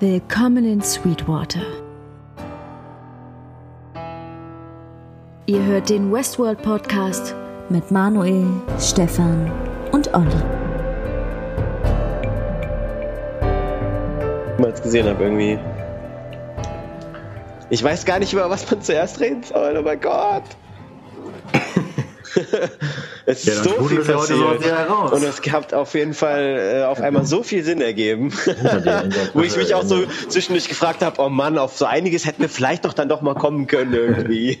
Willkommen in Sweetwater. Ihr hört den Westworld Podcast mit Manuel, Stefan und Olli. Mal gesehen habe irgendwie. Ich weiß gar nicht, über was man zuerst reden soll. Oh mein Gott. Es ist so viel passiert. Und es hat auf jeden Fall auf einmal so viel Sinn ergeben. Wo ich mich auch so zwischendurch gefragt habe, oh Mann, auf so einiges hätten wir vielleicht doch dann doch mal kommen können irgendwie.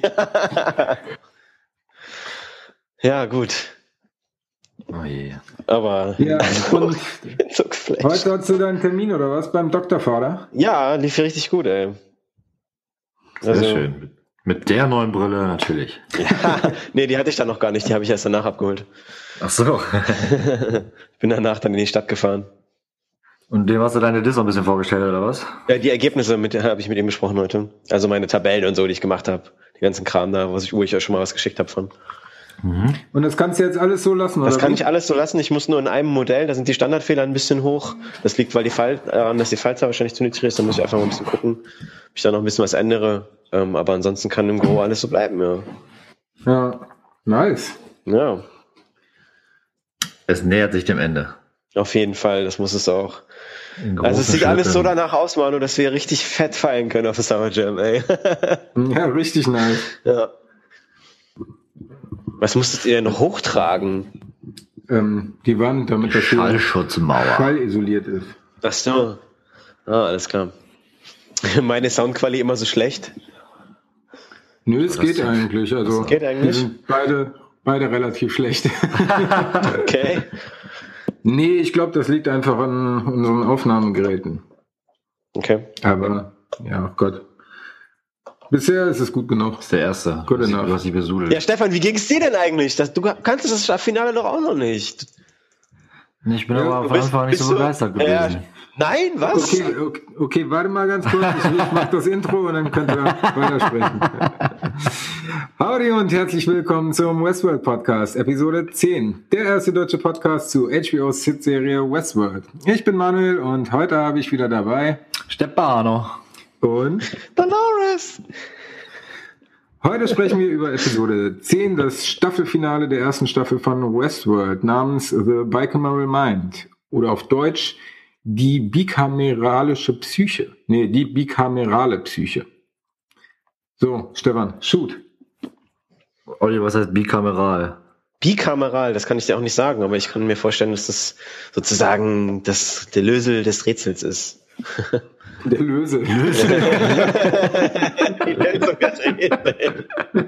Ja, gut. Oh je. Aber ja, und heute hast du deinen Termin oder was beim Doktorvater? Ja, lief richtig gut, ey. Sehr schön. Mit der neuen Brille natürlich. Ja, nee, die hatte ich dann noch gar nicht, die habe ich erst danach abgeholt. Ach so. Ich bin danach dann in die Stadt gefahren. Und dem hast du deine Diss noch ein bisschen vorgestellt, oder was? Ja, die Ergebnisse habe ich mit ihm besprochen heute. Also meine Tabellen und so, die ich gemacht habe. Die ganzen Kram da, wo ich euch schon mal was geschickt habe von. Mhm. Und das kannst du jetzt alles so lassen, oder? Das kann ich alles so lassen. Ich muss nur in einem Modell, da sind die Standardfehler ein bisschen hoch. Das liegt, weil dass die Fallzahl wahrscheinlich zu niedrig ist. Da muss ich einfach mal ein bisschen gucken, ob ich da noch ein bisschen was ändere. Aber ansonsten kann im Gro alles so bleiben, ja. Ja, nice. Ja. Es nähert sich dem Ende. Auf jeden Fall, das muss es auch. Also es sieht alles so danach aus, Manu, dass wir richtig fett feiern können auf der Summer Jam, ey. Ja, richtig nice. Ja. Was musstet ihr denn hochtragen? Die Wand, damit das Schallschutzmauer schallisoliert ist. Ach so. Ah, alles klar. Meine Soundqualität immer so schlecht? Nö, es geht eigentlich. Also, geht eigentlich? Die sind beide relativ schlecht. Okay. Nee, ich glaube, das liegt einfach an unseren Aufnahmegeräten. Okay. Aber, ja, Gott. Bisher ist es gut genug. Das ist der erste. Gut enough. Was ich besudelt. Ja, Stefan, wie ging's dir denn eigentlich? Du kannst das Finale doch auch noch nicht. Ich bin aber von Anfang an nicht so begeistert gewesen. Nein, was? Okay, warte mal ganz kurz. Ich mach das Intro und dann könnt ihr weitersprechen. Howdy und herzlich willkommen zum Westworld Podcast, Episode 10. Der erste deutsche Podcast zu HBO's Hit-Serie Westworld. Ich bin Manuel und heute habe ich wieder dabei Stefano und Dolores. Heute sprechen wir über Episode 10, das Staffelfinale der ersten Staffel von Westworld namens The Bicameral Mind oder auf Deutsch die bikamerale Psyche. So, Stefan, shoot. Olli, was heißt bikameral? Bikameral, das kann ich dir auch nicht sagen, aber ich kann mir vorstellen, dass das sozusagen der Lösel des Rätsels ist. Der Lösel. Die Lösung des Rätsels.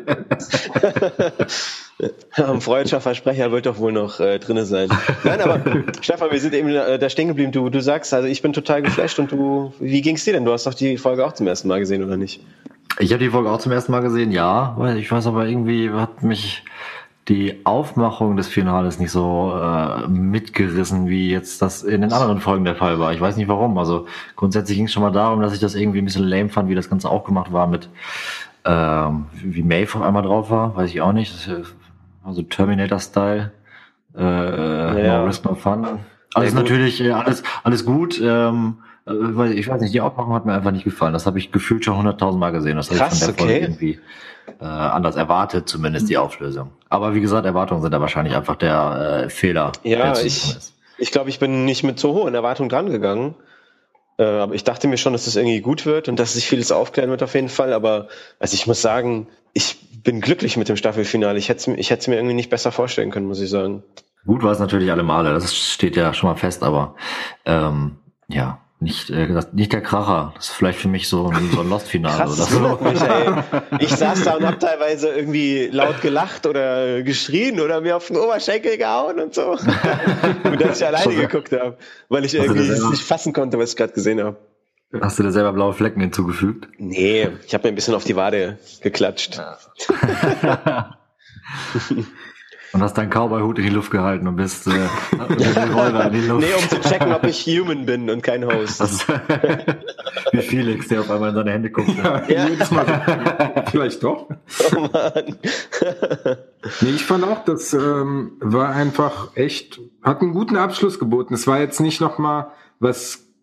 Ein freudscher Versprecher wird doch wohl noch drinne sein. Nein, aber Stefan, wir sind eben da stehen geblieben. Du sagst, also ich bin total geflasht und wie ging's dir denn? Du hast doch die Folge auch zum ersten Mal gesehen, oder nicht? Ich habe die Folge auch zum ersten Mal gesehen, ja. Ich weiß aber irgendwie hat mich die Aufmachung des Finales nicht so mitgerissen, wie jetzt das in den anderen Folgen der Fall war. Ich weiß nicht warum. Also grundsätzlich ging es schon mal darum, dass ich das irgendwie ein bisschen lame fand, wie das Ganze aufgemacht war mit wie Maeve auf einmal drauf war, weiß ich auch nicht. Das ist also Terminator-Style. No risk, no fun. Alles natürlich, alles gut. Ich weiß nicht, die Aufmachung hat mir einfach nicht gefallen. Das habe ich gefühlt schon 100.000 Mal gesehen. Das habe ich von der Folge irgendwie anders erwartet, zumindest die Auflösung. Aber wie gesagt, Erwartungen sind da wahrscheinlich einfach der Fehler. Ja, ich glaube, ich bin nicht mit so hohen Erwartungen dran gegangen. Aber ich dachte mir schon, dass das irgendwie gut wird und dass sich vieles aufklären wird auf jeden Fall. Aber also ich muss sagen, ich bin glücklich mit dem Staffelfinale. Ich hätte es mir irgendwie nicht besser vorstellen können, muss ich sagen. Gut war es natürlich alle Male, das steht ja schon mal fest, aber ja, nicht der Kracher. Das ist vielleicht für mich so ein Lost-Finale oder so. Mich, ey. Ich saß da und habe teilweise irgendwie laut gelacht oder geschrien oder mir auf den Oberschenkel gehauen und so. Und dass ich alleine geguckt habe, weil ich irgendwie nicht fassen konnte, was ich gerade gesehen habe. Hast du dir selber blaue Flecken hinzugefügt? Nee, ich habe mir ein bisschen auf die Wade geklatscht. Ja. Und hast deinen Cowboy-Hut in die Luft gehalten und bist mit dem Revolver in die Luft. Nee, um zu checken, ob ich human bin und kein Host. Wie Felix, der auf einmal in seine Hände guckt. Ja. Jedes Mal. Vielleicht doch. Oh Mann. Nee, ich fand auch, das war einfach echt, hat einen guten Abschluss geboten. Es war jetzt nicht nochmal was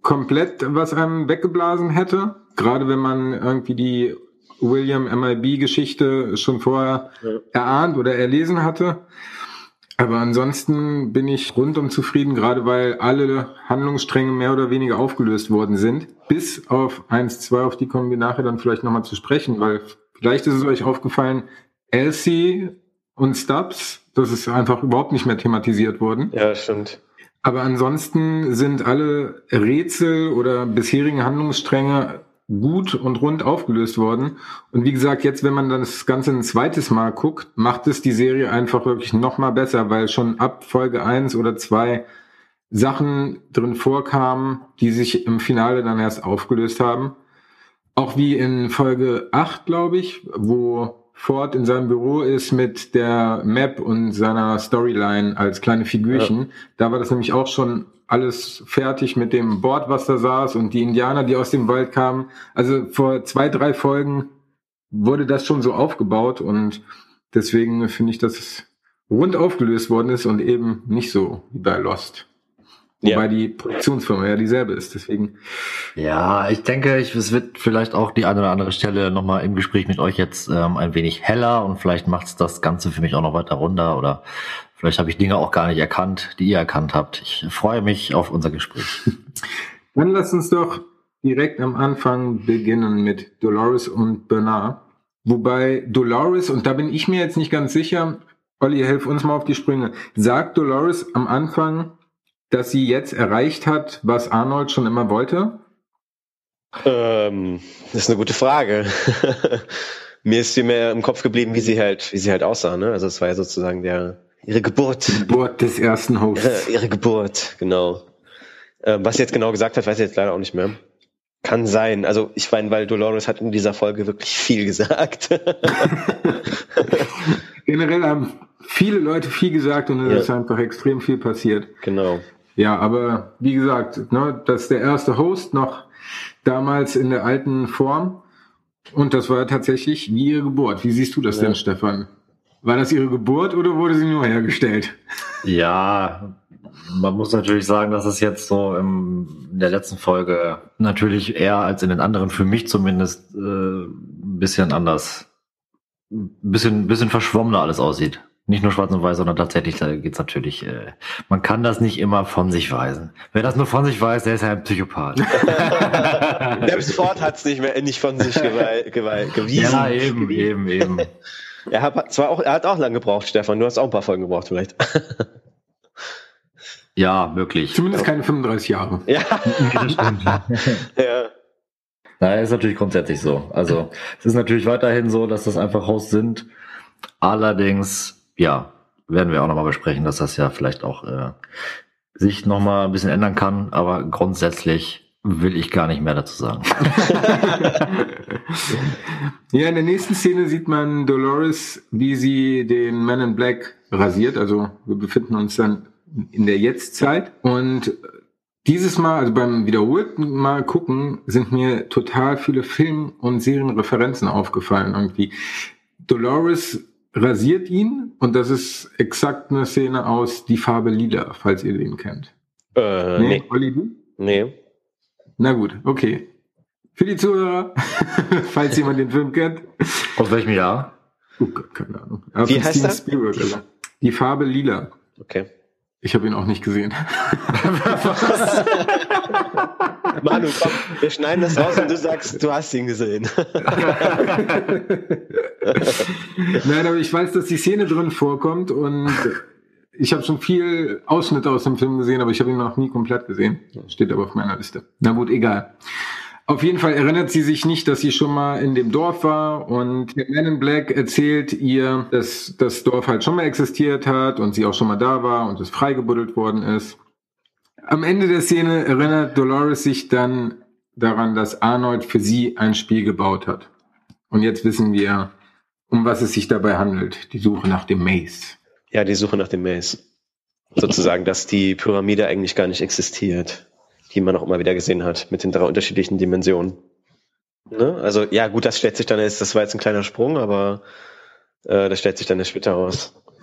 komplett was einem weggeblasen hätte. Gerade wenn man irgendwie die William MIB-Geschichte schon vorher erahnt oder erlesen hatte. Aber ansonsten bin ich rundum zufrieden, gerade weil alle Handlungsstränge mehr oder weniger aufgelöst worden sind. Bis auf 1, 2, auf die kommen wir nachher dann vielleicht nochmal zu sprechen, weil vielleicht ist es euch aufgefallen, Elsie und Stubbs, das ist einfach überhaupt nicht mehr thematisiert worden. Ja, stimmt. Aber ansonsten sind alle Rätsel oder bisherigen Handlungsstränge gut und rund aufgelöst worden. Und wie gesagt, jetzt, wenn man dann das Ganze ein zweites Mal guckt, macht es die Serie einfach wirklich noch mal besser, weil schon ab Folge 1 oder 2 Sachen drin vorkamen, die sich im Finale dann erst aufgelöst haben. Auch wie in Folge 8, glaube ich, wo Ford in seinem Büro ist mit der Map und seiner Storyline als kleine Figürchen. Ja. Da war das nämlich auch schon alles fertig mit dem Board, was da saß und die Indianer, die aus dem Wald kamen. Also vor 2, 3 Folgen wurde das schon so aufgebaut und deswegen finde ich, dass es rund aufgelöst worden ist und eben nicht so wie bei Lost. Ja. Wobei die Produktionsfirma ja dieselbe ist, deswegen. Ja, ich denke, es wird vielleicht auch die eine oder andere Stelle nochmal im Gespräch mit euch jetzt ein wenig heller und vielleicht macht es das Ganze für mich auch noch weiter runter oder vielleicht habe ich Dinge auch gar nicht erkannt, die ihr erkannt habt. Ich freue mich auf unser Gespräch. Dann lasst uns doch direkt am Anfang beginnen mit Dolores und Bernard. Wobei Dolores, und da bin ich mir jetzt nicht ganz sicher, Olli, helf uns mal auf die Sprünge, sagt Dolores am Anfang, dass sie jetzt erreicht hat, was Arnold schon immer wollte? Das ist eine gute Frage. Mir ist viel mehr im Kopf geblieben, wie sie halt aussah, ne? Also es war ja sozusagen ihre Geburt. Die Geburt des ersten Hosts. Ihre Geburt, genau. Was sie jetzt genau gesagt hat, weiß ich jetzt leider auch nicht mehr. Kann sein. Also ich meine, weil Dolores hat in dieser Folge wirklich viel gesagt. Generell haben viele Leute viel gesagt und es ist einfach extrem viel passiert. Genau. Ja, aber wie gesagt, ne, das ist der erste Host noch damals in der alten Form und das war tatsächlich wie ihre Geburt. Wie siehst du das denn, Stefan? War das ihre Geburt oder wurde sie nur hergestellt? Ja, man muss natürlich sagen, dass es jetzt so in der letzten Folge natürlich eher als in den anderen, für mich zumindest, ein bisschen anders, ein bisschen verschwommener alles aussieht. Nicht nur schwarz und weiß, sondern tatsächlich, da geht's natürlich, man kann das nicht immer von sich weisen. Wer das nur von sich weiß, der ist ja ein Psychopath. Selbst Ford hat's nicht von sich gewiesen. Ja, eben. Er hat auch lange gebraucht, Stefan. Du hast auch ein paar Folgen gebraucht, vielleicht. Ja, möglich. Zumindest keine 35 Jahre. Ja. Das stimmt. Ja. Na, ist natürlich grundsätzlich so. Also, es ist natürlich weiterhin so, dass das einfach Hosts sind. Allerdings, ja, werden wir auch nochmal besprechen, dass das ja vielleicht auch sich nochmal ein bisschen ändern kann. Aber grundsätzlich will ich gar nicht mehr dazu sagen. Ja, in der nächsten Szene sieht man Dolores, wie sie den Man in Black rasiert. Also wir befinden uns dann in der Jetztzeit. Und dieses Mal, also beim wiederholten Mal gucken, sind mir total viele Film- und Serienreferenzen aufgefallen irgendwie. Dolores rasiert ihn und das ist exakt eine Szene aus Die Farbe Lila, falls ihr den kennt. Nee. Olli, du? Nee. Na gut, okay. Für die Zuhörer, falls jemand den Film kennt. Aus welchem Jahr? Oh Gott, keine Ahnung. Wie heißt das? Spielberg, also. Die Farbe Lila. Okay. Ich habe ihn auch nicht gesehen. Manu, komm, wir schneiden das raus und du sagst, du hast ihn gesehen. Nein, aber ich weiß, dass die Szene drin vorkommt und ich habe schon viel Ausschnitte aus dem Film gesehen, aber ich habe ihn noch nie komplett gesehen. Steht aber auf meiner Liste. Na gut, egal. Auf jeden Fall erinnert sie sich nicht, dass sie schon mal in dem Dorf war und der Man in Black erzählt ihr, dass das Dorf halt schon mal existiert hat und sie auch schon mal da war und es freigebuddelt worden ist. Am Ende der Szene erinnert Dolores sich dann daran, dass Arnold für sie ein Spiel gebaut hat. Und jetzt wissen wir, um was es sich dabei handelt. Die Suche nach dem Maze. Ja, die Suche nach dem Maze. Sozusagen, dass die Pyramide eigentlich gar nicht existiert, die man auch immer wieder gesehen hat, mit den 3 unterschiedlichen Dimensionen. Ne? Also, ja, gut, das stellt sich dann, das war jetzt ein kleiner Sprung, aber das stellt sich dann später raus.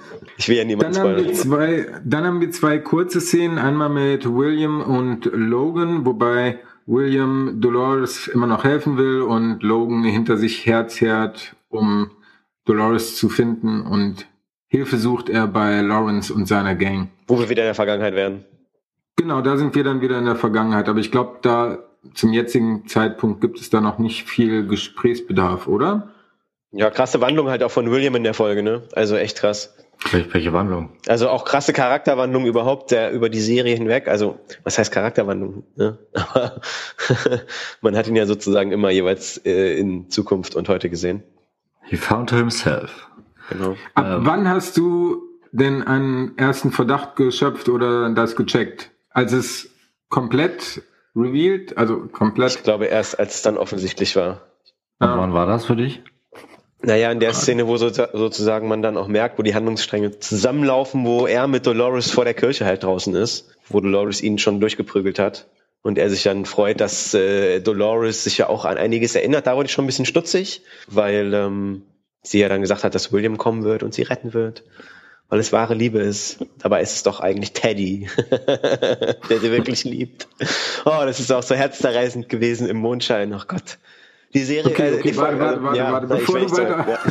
Ich will ja niemanden spoilern. Dann haben wir zwei kurze Szenen, einmal mit William und Logan, wobei William Dolores immer noch helfen will und Logan hinter sich herzerrt, um Dolores zu finden, und Hilfe sucht er bei Lawrence und seiner Gang. Wo wir wieder in der Vergangenheit wären. Genau, da sind wir dann wieder in der Vergangenheit, aber ich glaube, da zum jetzigen Zeitpunkt gibt es da noch nicht viel Gesprächsbedarf, oder? Ja, krasse Wandlung halt auch von William in der Folge, ne? Also echt krass. Welche Wandlung? Also auch krasse Charakterwandlung überhaupt über die Serie hinweg. Also, was heißt Charakterwandlung? Ne? Aber man hat ihn ja sozusagen immer jeweils in Zukunft und heute gesehen. He found himself. Genau. Ab wann hast du denn einen ersten Verdacht geschöpft oder das gecheckt? Als es komplett revealed, also komplett... Ich glaube erst, als es dann offensichtlich war. Und wann war das für dich? Naja, in der Szene, wo sozusagen man dann auch merkt, wo die Handlungsstränge zusammenlaufen, wo er mit Dolores vor der Kirche halt draußen ist, wo Dolores ihn schon durchgeprügelt hat und er sich dann freut, dass Dolores sich ja auch an einiges erinnert. Da wurde ich schon ein bisschen stutzig, weil sie ja dann gesagt hat, dass William kommen wird und sie retten wird, weil es wahre Liebe ist. Dabei ist es doch eigentlich Teddy, der sie wirklich liebt. Oh, das ist auch so herzzerreißend gewesen im Mondschein. Oh Gott. Die Serie, Okay, warte, bevor du weiter...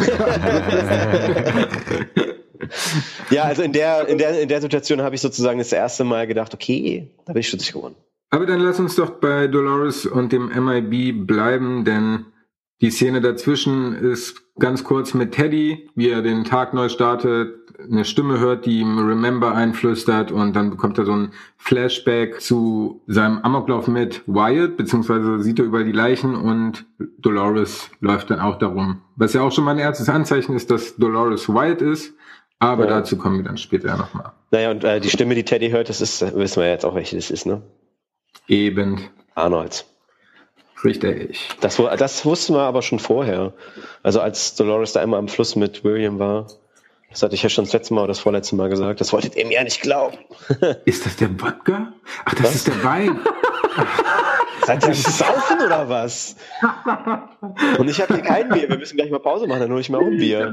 Ja, also in der Situation habe ich sozusagen das erste Mal gedacht, okay, da bin ich stutzig geworden. Aber dann lass uns doch bei Dolores und dem MIB bleiben, denn die Szene dazwischen ist ganz kurz mit Teddy, wie er den Tag neu startet, eine Stimme hört, die ihm Remember einflüstert, und dann bekommt er so ein Flashback zu seinem Amoklauf mit Wyatt, beziehungsweise sieht er überall die Leichen und Dolores läuft dann auch darum. Was ja auch schon mal ein erstes Anzeichen ist, dass Dolores Wyatt ist, aber dazu kommen wir dann später nochmal. Naja, und die Stimme, die Teddy hört, wissen wir jetzt auch, welche das ist, ne? Eben. Arnold. Richtig. Das wussten wir aber schon vorher. Also als Dolores da einmal am Fluss mit William war, das hatte ich ja schon das letzte Mal oder das vorletzte Mal gesagt, das wolltet ihr mir ja nicht glauben. Ist das der Wodka? Ach, das ist der Wein. Seid ihr saufen oder was? Und ich habe hier kein Bier, wir müssen gleich mal Pause machen, dann hole ich mir auch ein Bier.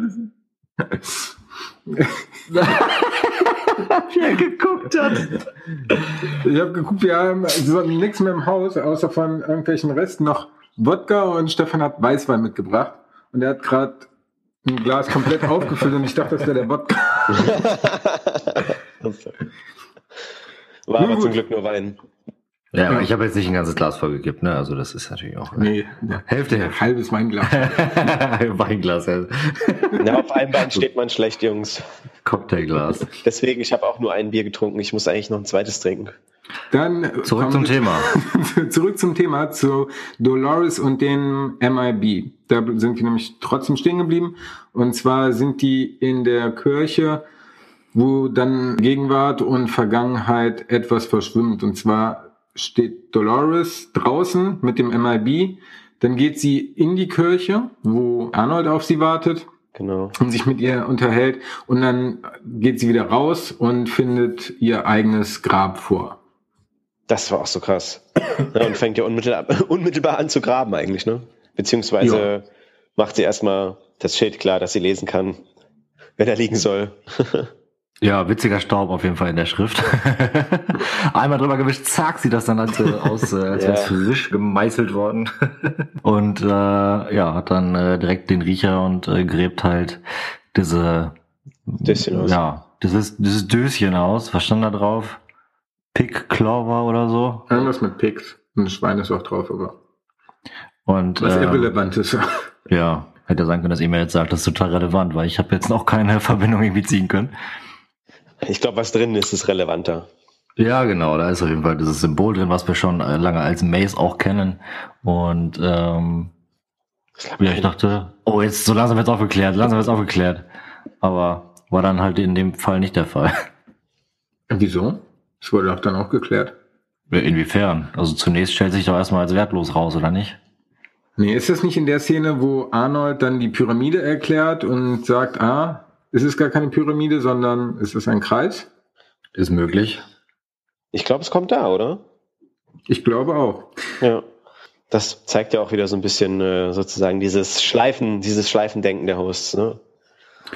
Wie er geguckt hat. Ich habe geguckt, wir haben nichts mehr im Haus, außer von irgendwelchen Resten noch Wodka, und Stefan hat Weißwein mitgebracht und er hat gerade ein Glas komplett aufgefüllt und ich dachte, das wäre der Wodka. War aber zum Glück nur Wein. Ja, aber ich habe jetzt nicht ein ganzes Glas vollgekippt, ne? Also das ist natürlich auch... Nee, Hälfte. Halbes Weinglas. Weinglas, ja. Na, auf einem Bein steht man schlecht, Jungs. Cocktailglas. Deswegen, ich habe auch nur ein Bier getrunken. Ich muss eigentlich noch ein zweites trinken. Dann Zurück zum Thema. Zurück zum Thema, zu Dolores und den MIB. Da sind wir nämlich trotzdem stehen geblieben. Und zwar sind die in der Kirche, wo dann Gegenwart und Vergangenheit etwas verschwimmt. Und zwar steht Dolores draußen mit dem MIB. Dann geht sie in die Kirche, wo Arnold auf sie wartet. Genau. Und sich mit ihr unterhält. Und dann geht sie wieder raus und findet ihr eigenes Grab vor. Das war auch so krass. Ja, und fängt ja unmittelbar an zu graben eigentlich, ne? Beziehungsweise macht sie erstmal das Schild klar, dass sie lesen kann, wer da liegen soll. Ja, witziger Staub auf jeden Fall in der Schrift. Einmal drüber gewischt, zack, sieht das dann aus, als wäre es frisch gemeißelt worden. Und hat dann direkt den Riecher und gräbt halt dieses Döschen aus. Was stand da drauf? Pig Clover oder so? Irgendwas mit Pigs. Ein Schwein ist auch drauf, aber. Und was irrelevant ist. Ja, hätte sein können, dass ihr mir jetzt sagt, das ist total relevant, weil ich habe jetzt noch keine Verbindung irgendwie ziehen können. Ich glaube, was drin ist, ist relevanter. Ja, genau, da ist auf jeden Fall dieses Symbol drin, was wir schon lange als Mace auch kennen. Und ich dachte, jetzt so langsam wird's aufgeklärt. Aber war dann halt in dem Fall nicht der Fall. Wieso? Das wurde doch dann auch geklärt. Inwiefern? Also zunächst stellt sich doch erstmal als wertlos raus, oder nicht? Nee, ist das nicht in der Szene, wo Arnold dann die Pyramide erklärt und sagt, es ist gar keine Pyramide, sondern es ist ein Kreis? Ist möglich. Ich glaube, es kommt da, oder? Ich glaube auch. Ja. Das zeigt ja auch wieder so ein bisschen sozusagen dieses Schleifendenken der Hosts, ne?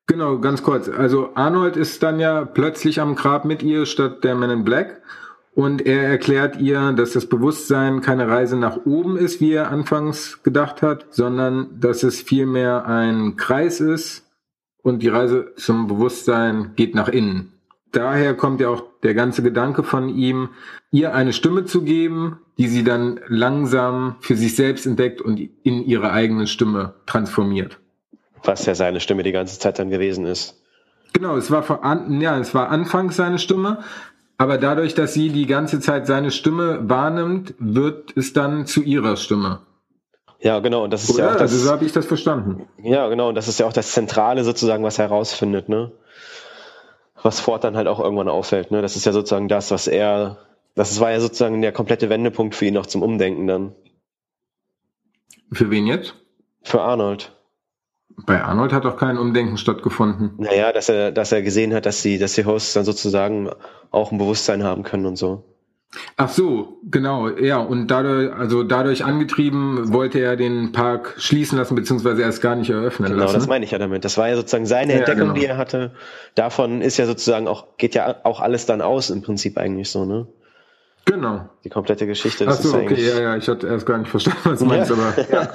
Genau, ganz kurz. Also Arnold ist dann ja plötzlich am Grab mit ihr statt der Man in Black. Und er erklärt ihr, dass das Bewusstsein keine Reise nach oben ist, wie er anfangs gedacht hat, sondern dass es vielmehr ein Kreis ist und die Reise zum Bewusstsein geht nach innen. Daher kommt ja auch der ganze Gedanke von ihm, ihr eine Stimme zu geben, die sie dann langsam für sich selbst entdeckt und in ihre eigene Stimme transformiert. Was ja seine Stimme die ganze Zeit dann gewesen ist. Genau, es war anfangs seine Stimme, aber dadurch, dass sie die ganze Zeit seine Stimme wahrnimmt, wird es dann zu ihrer Stimme. Ja, genau, und das ist ja auch das. Also so habe ich das verstanden. Ja, genau, und das ist ja auch das Zentrale sozusagen, was er herausfindet, ne? Was Ford dann halt auch irgendwann auffällt, ne? Das ist ja sozusagen das war ja sozusagen der komplette Wendepunkt für ihn noch zum Umdenken dann. Für wen jetzt? Für Arnold. Bei Arnold hat auch kein Umdenken stattgefunden. Naja, dass er gesehen hat, dass die Hosts dann sozusagen auch ein Bewusstsein haben können und so. Ach so, genau, ja, und dadurch angetrieben wollte er den Park schließen lassen, beziehungsweise erst gar nicht eröffnen lassen. Genau, das meine ich ja damit. Das war ja sozusagen seine Entdeckung, die er hatte. Davon ist ja sozusagen geht ja auch alles dann aus, im Prinzip eigentlich so, ne? Genau. Die komplette Geschichte. Ach so, okay, ja, ich hatte erst gar nicht verstanden, was du meinst, aber ja.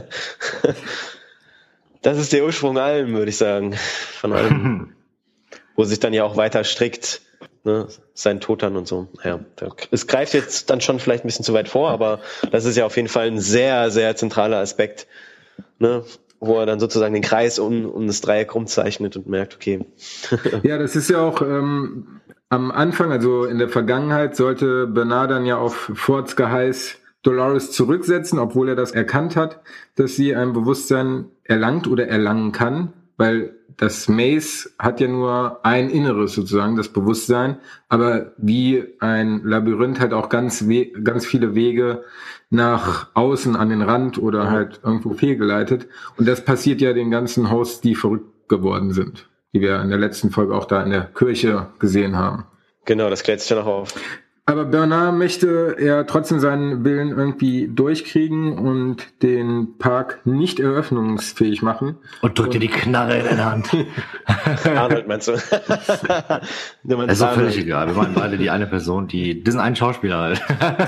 Das ist der Ursprung allem, würde ich sagen. Von allem. Wo sich dann ja auch weiter strickt, ne, sein Tod dann und so. Ja, es greift jetzt dann schon vielleicht ein bisschen zu weit vor, aber das ist ja auf jeden Fall ein sehr, sehr zentraler Aspekt, ne, wo er dann sozusagen den Kreis um das Dreieck rumzeichnet und merkt, okay. Ja, das ist ja auch am Anfang, also in der Vergangenheit, sollte Bernard dann ja auf Fords Geheiß Dolores zurücksetzen, obwohl er das erkannt hat, dass sie ein Bewusstsein erlangt oder erlangen kann, weil das Maze hat ja nur ein Inneres sozusagen, das Bewusstsein, aber wie ein Labyrinth halt auch ganz viele Wege nach außen an den Rand oder halt irgendwo fehlgeleitet. Und das passiert ja den ganzen Hosts, die verrückt geworden sind, die wir in der letzten Folge auch da in der Kirche gesehen haben. Genau, das klärt sich ja noch auf. Aber Bernard möchte ja trotzdem seinen Willen irgendwie durchkriegen und den Park nicht eröffnungsfähig machen. Und drückt dir die Knarre in die Hand. Arnold meinst du? Das ist doch völlig egal. Wir meinen beide die eine Person, diesen einen Schauspieler halt.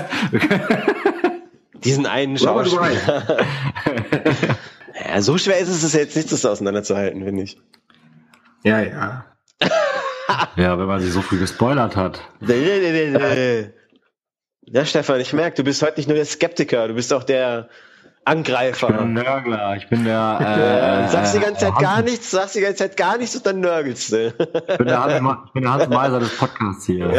Diesen einen Schauspieler. Ja, so schwer ist es jetzt nicht, das auseinanderzuhalten, finde ich. Ja, ja. Ja, wenn man sich so viel gespoilert hat. Ja, Stefan, ich merke, du bist heute nicht nur der Skeptiker, du bist auch der Angreifer. Ich bin ein Nörgler, ich bin der... sagst die ganze Zeit gar nichts und dann nörgelst du. Ich bin der Hans Meiser des Podcasts hier.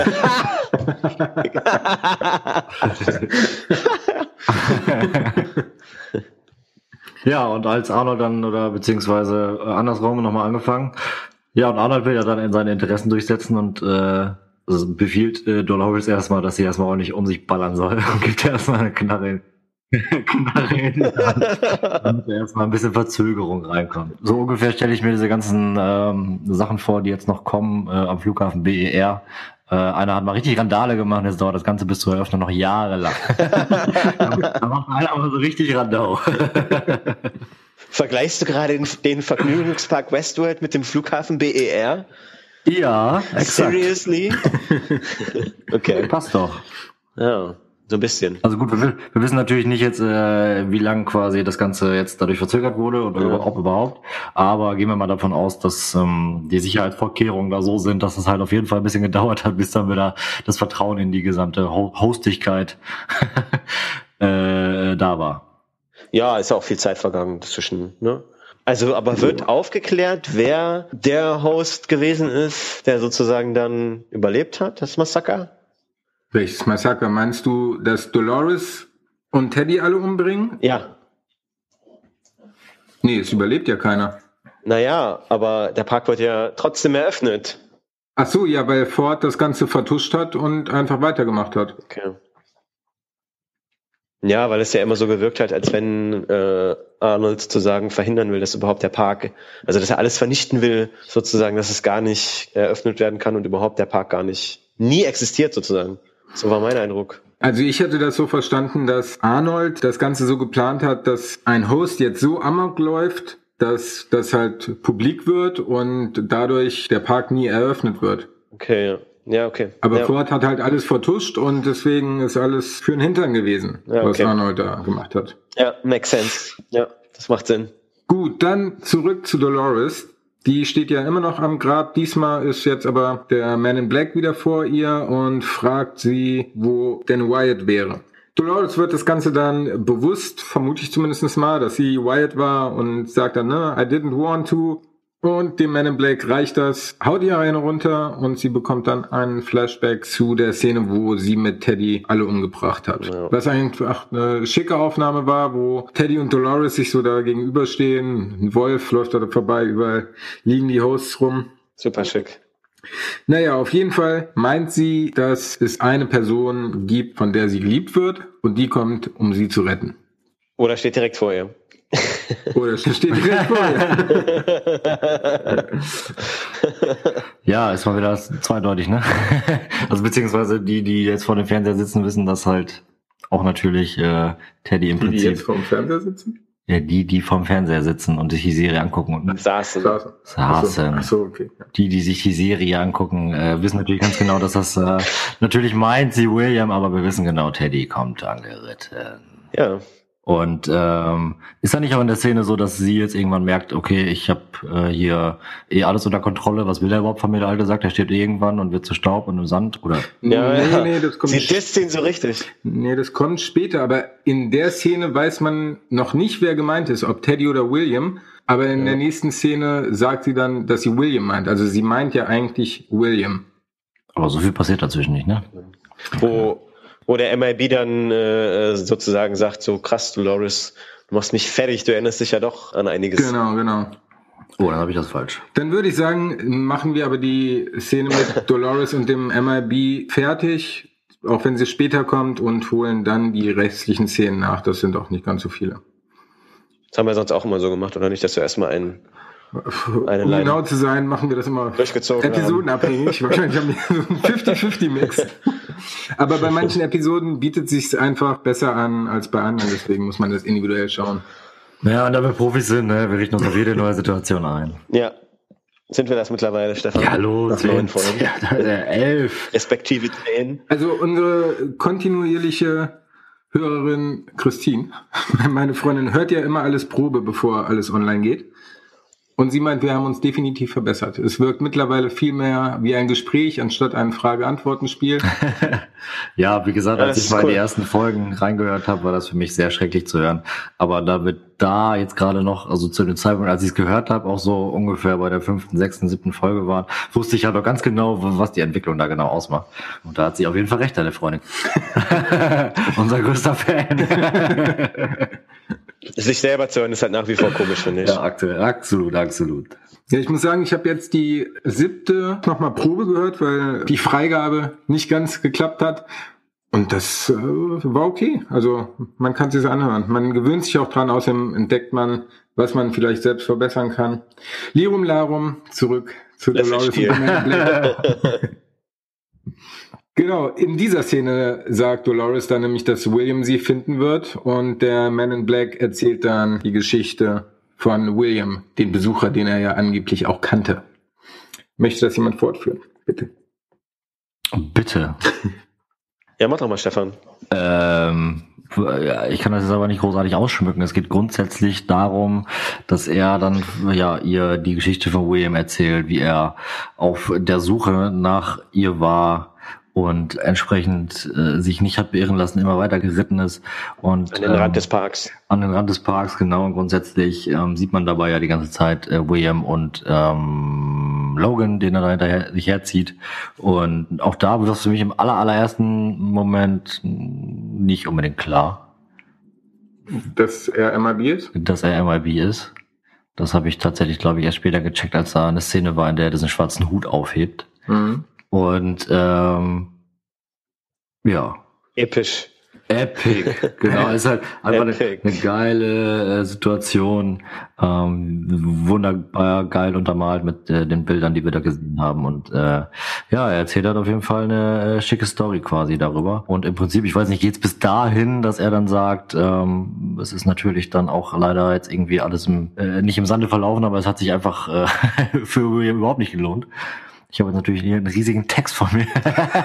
Ja, und als Arnold dann, oder beziehungsweise andersrum nochmal angefangen. Ja, und Arnold will ja dann seine Interessen durchsetzen und befiehlt Dolores erstmal, dass sie erstmal ordentlich um sich ballern soll und gibt erstmal eine Knarre in die Hand, damit erstmal ein bisschen Verzögerung reinkommt. So ungefähr stelle ich mir diese ganzen Sachen vor, die jetzt noch kommen am Flughafen BER. Einer hat mal richtig Randale gemacht, jetzt dauert das Ganze bis zur Eröffnung noch jahrelang. Da macht einer aber so richtig Randau. Vergleichst du gerade den Vergnügungspark Westworld mit dem Flughafen BER? Ja, exakt. Seriously? Okay. Passt doch. Ja, so ein bisschen. Also gut, wir wissen natürlich nicht jetzt, wie lang quasi das Ganze jetzt dadurch verzögert wurde und ob überhaupt. Aber gehen wir mal davon aus, dass die Sicherheitsvorkehrungen da so sind, dass es halt auf jeden Fall ein bisschen gedauert hat, bis dann wieder das Vertrauen in die gesamte Hostigkeit da war. Ja, ist auch viel Zeit vergangen zwischen, ne? Also, aber wird aufgeklärt, wer der Host gewesen ist, der sozusagen dann überlebt hat, das Massaker? Welches Massaker? Meinst du, dass Dolores und Teddy alle umbringen? Ja. Nee, es überlebt ja keiner. Naja, aber der Park wird ja trotzdem eröffnet. Ach so, ja, weil Ford das Ganze vertuscht hat und einfach weitergemacht hat. Okay. Ja, weil es ja immer so gewirkt hat, als wenn Arnold sozusagen verhindern will, dass überhaupt der Park, also dass er alles vernichten will, sozusagen, dass es gar nicht eröffnet werden kann und überhaupt der Park nie existiert sozusagen. So war mein Eindruck. Also ich hätte das so verstanden, dass Arnold das Ganze so geplant hat, dass ein Host jetzt so amok läuft, dass das halt publik wird und dadurch der Park nie eröffnet wird. Okay, ja. Ja, okay. Aber ja. Ford hat halt alles vertuscht und deswegen ist alles für den Hintern gewesen, Ja, was okay. Arnold da gemacht hat. Ja, makes sense. Ja, das macht Sinn. Gut, dann zurück zu Dolores. Die steht ja immer noch am Grab. Diesmal ist jetzt aber der Man in Black wieder vor ihr und fragt sie, wo denn Wyatt wäre. Dolores wird das Ganze dann bewusst, vermute ich zumindest mal, dass sie Wyatt war und sagt dann, ne, I didn't want to. Und dem Man in Black reicht das, haut ihr eine runter und sie bekommt dann einen Flashback zu der Szene, wo sie mit Teddy alle umgebracht hat. Ja. Was einfach eine schicke Aufnahme war, wo Teddy und Dolores sich so da gegenüberstehen. Ein Wolf läuft da vorbei, überall liegen die Hosts rum. Super schick. Naja, auf jeden Fall meint sie, dass es eine Person gibt, von der sie geliebt wird und die kommt, um sie zu retten. Oder steht direkt vor ihr. Oder es steht direkt vor ihr. Ja, ist mal wieder zweideutig, ne? Also beziehungsweise die jetzt vor dem Fernseher sitzen, wissen, dass halt auch natürlich Teddy im Die Prinzip... jetzt vorm Fernseher sitzen? Ja, die vorm Fernseher sitzen und sich die Serie angucken und Saßen. saßen. Ach so, okay. Ja. Die sich die Serie angucken, wissen natürlich ganz genau, dass das natürlich meint sie William, aber wir wissen genau, Teddy kommt angeritten. Ja. Und ist da nicht auch in der Szene so, dass sie jetzt irgendwann merkt, okay, ich habe hier alles unter Kontrolle, was will der überhaupt von mir, der Alte sagt, der stirbt irgendwann und wird zu Staub und im Sand, oder? Ja, Nee, das kommt sie disst ihn so richtig. Nee, das kommt später, aber in der Szene weiß man noch nicht, wer gemeint ist, ob Teddy oder William, aber in der nächsten Szene sagt sie dann, dass sie William meint. Also sie meint ja eigentlich William. Aber so viel passiert dazwischen nicht, ne? Wo der MIB dann sozusagen sagt, so krass, Dolores, du machst mich fertig, du erinnerst dich ja doch an einiges. Genau. Oh, dann habe ich das falsch. Dann würde ich sagen, machen wir aber die Szene mit Dolores und dem MIB fertig, auch wenn sie später kommt, und holen dann die restlichen Szenen nach. Das sind auch nicht ganz so viele. Das haben wir sonst auch immer so gemacht, oder nicht, dass du erstmal eine Um Line genau zu sein, machen wir das immer durchgezogen episodenabhängig. Wahrscheinlich haben wir so einen 50-50-Mix. Aber bei manchen Episoden bietet es sich einfach besser an als bei anderen. Deswegen muss man das individuell schauen. Ja, und da wir Profis sind, ne, wir richten uns auf jede neue Situation ein. Ja. Sind wir das mittlerweile, Stefan? Ja, hallo, Nach 9 Folgen. Ja, 11. Respektive 10. Also unsere kontinuierliche Hörerin Christine, meine Freundin, hört ja immer alles Probe, bevor alles online geht. Und sie meint, wir haben uns definitiv verbessert. Es wirkt mittlerweile viel mehr wie ein Gespräch anstatt ein Frage-Antworten-Spiel. Ja, wie gesagt, Ja, als das ich ist mal in cool. die ersten Folgen reingehört habe, war das für mich sehr schrecklich zu hören. Aber da wird da jetzt gerade noch, also zu dem Zeitpunkt, als ich es gehört habe, auch so ungefähr bei der 5., 6., 7. Folge waren, wusste ich halt auch ganz genau, was die Entwicklung da genau ausmacht. Und da hat sie auf jeden Fall recht, deine Freundin. Unser größter Fan. Sich selber zu hören ist halt nach wie vor komisch, finde ich. Ja, absolut. Ja, ich muss sagen, ich habe jetzt die 7. nochmal Probe gehört, weil die Freigabe nicht ganz geklappt hat. Und das war okay. Also man kann es sich anhören. Man gewöhnt sich auch dran, außerdem entdeckt man, was man vielleicht selbst verbessern kann. Lirum Larum, zurück zu Lass Dolores mich und dem Black. Genau, in dieser Szene sagt Dolores dann nämlich, dass William sie finden wird und der Man in Black erzählt dann die Geschichte von William, den Besucher, den er ja angeblich auch kannte. Möchte das jemand fortführen? Bitte. Bitte. Ja, mach doch mal, Stefan. Ja, ich kann das jetzt aber nicht großartig ausschmücken. Es geht grundsätzlich darum, dass er dann ihr die Geschichte von William erzählt, wie er auf der Suche nach ihr war und entsprechend sich nicht hat beirren lassen, immer weiter geritten ist. Und An den Rand des Parks. An den Rand des Parks, genau. Und grundsätzlich sieht man dabei ja die ganze Zeit William und Logan, den er da hinterher sich herzieht. Und auch da wird das für mich im allerersten Moment nicht unbedingt klar, Dass er MIB ist? dass er MIB ist. Das habe ich tatsächlich, glaube ich, erst später gecheckt, als da eine Szene war, in der er diesen schwarzen Hut aufhebt. Mhm. Und ja. Episch. Epic, genau, ist halt einfach eine geile Situation, wunderbar geil untermalt mit den Bildern, die wir da gesehen haben und er erzählt halt auf jeden Fall eine schicke Story quasi darüber und im Prinzip, ich weiß nicht, geht's bis dahin, dass er dann sagt, es ist natürlich dann auch leider jetzt irgendwie alles nicht im Sande verlaufen, aber es hat sich einfach für William überhaupt nicht gelohnt. Ich habe jetzt natürlich hier einen riesigen Text vor mir.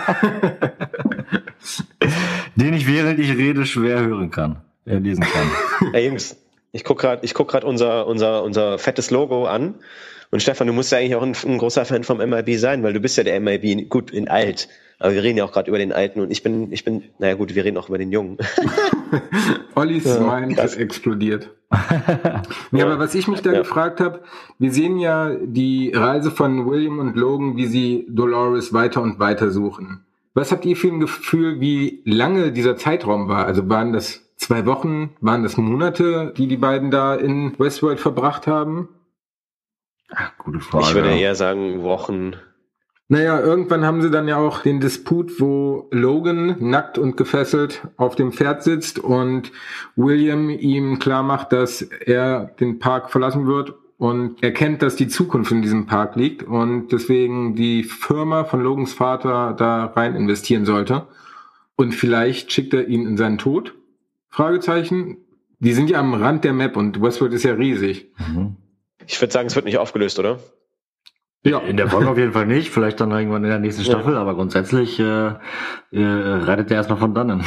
Den ich, während ich rede, schwer lesen kann. Hey Jungs, ich guck grad unser fettes Logo an. Und Stefan, du musst ja eigentlich auch ein großer Fan vom MIB sein, weil du bist ja der MIB, gut, in alt. Aber wir reden ja auch gerade über den Alten und ich bin, naja gut, wir reden auch über den Jungen. Ollis Mind ist explodiert. Ja, aber was ich mich da gefragt habe, wir sehen ja die Reise von William und Logan, wie sie Dolores weiter und weiter suchen. Was habt ihr für ein Gefühl, wie lange dieser Zeitraum war? Also waren das 2 Wochen, waren das Monate, die beiden da in Westworld verbracht haben? Ach, gute Frage. Ich würde eher sagen Wochen. Naja, irgendwann haben sie dann ja auch den Disput, wo Logan nackt und gefesselt auf dem Pferd sitzt und William ihm klar macht, dass er den Park verlassen wird und erkennt, dass die Zukunft in diesem Park liegt und deswegen die Firma von Logans Vater da rein investieren sollte. Und vielleicht schickt er ihn in seinen Tod? Fragezeichen. Die sind ja am Rand der Map und Westworld ist ja riesig. Ich würde sagen, es wird nicht aufgelöst, oder? Ja. In der Folge auf jeden Fall nicht, vielleicht dann irgendwann in der nächsten Staffel, aber grundsätzlich reitet er erstmal von dannen.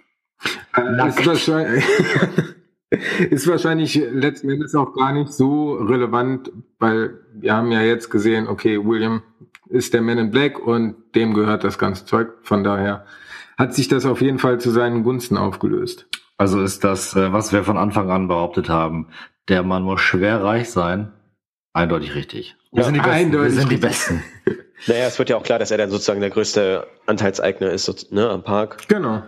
Ist wahrscheinlich letzten Endes auch gar nicht so relevant, weil wir haben ja jetzt gesehen, okay, William ist der Man in Black und dem gehört das ganze Zeug. Von daher hat sich das auf jeden Fall zu seinen Gunsten aufgelöst. Also ist das, was wir von Anfang an behauptet haben, der Mann muss schwer reich sein, eindeutig richtig. Wir sind die Besten. Wir sind die Besten. Naja, es wird ja auch klar, dass er dann sozusagen der größte Anteilseigner ist, ne, am Park. Genau.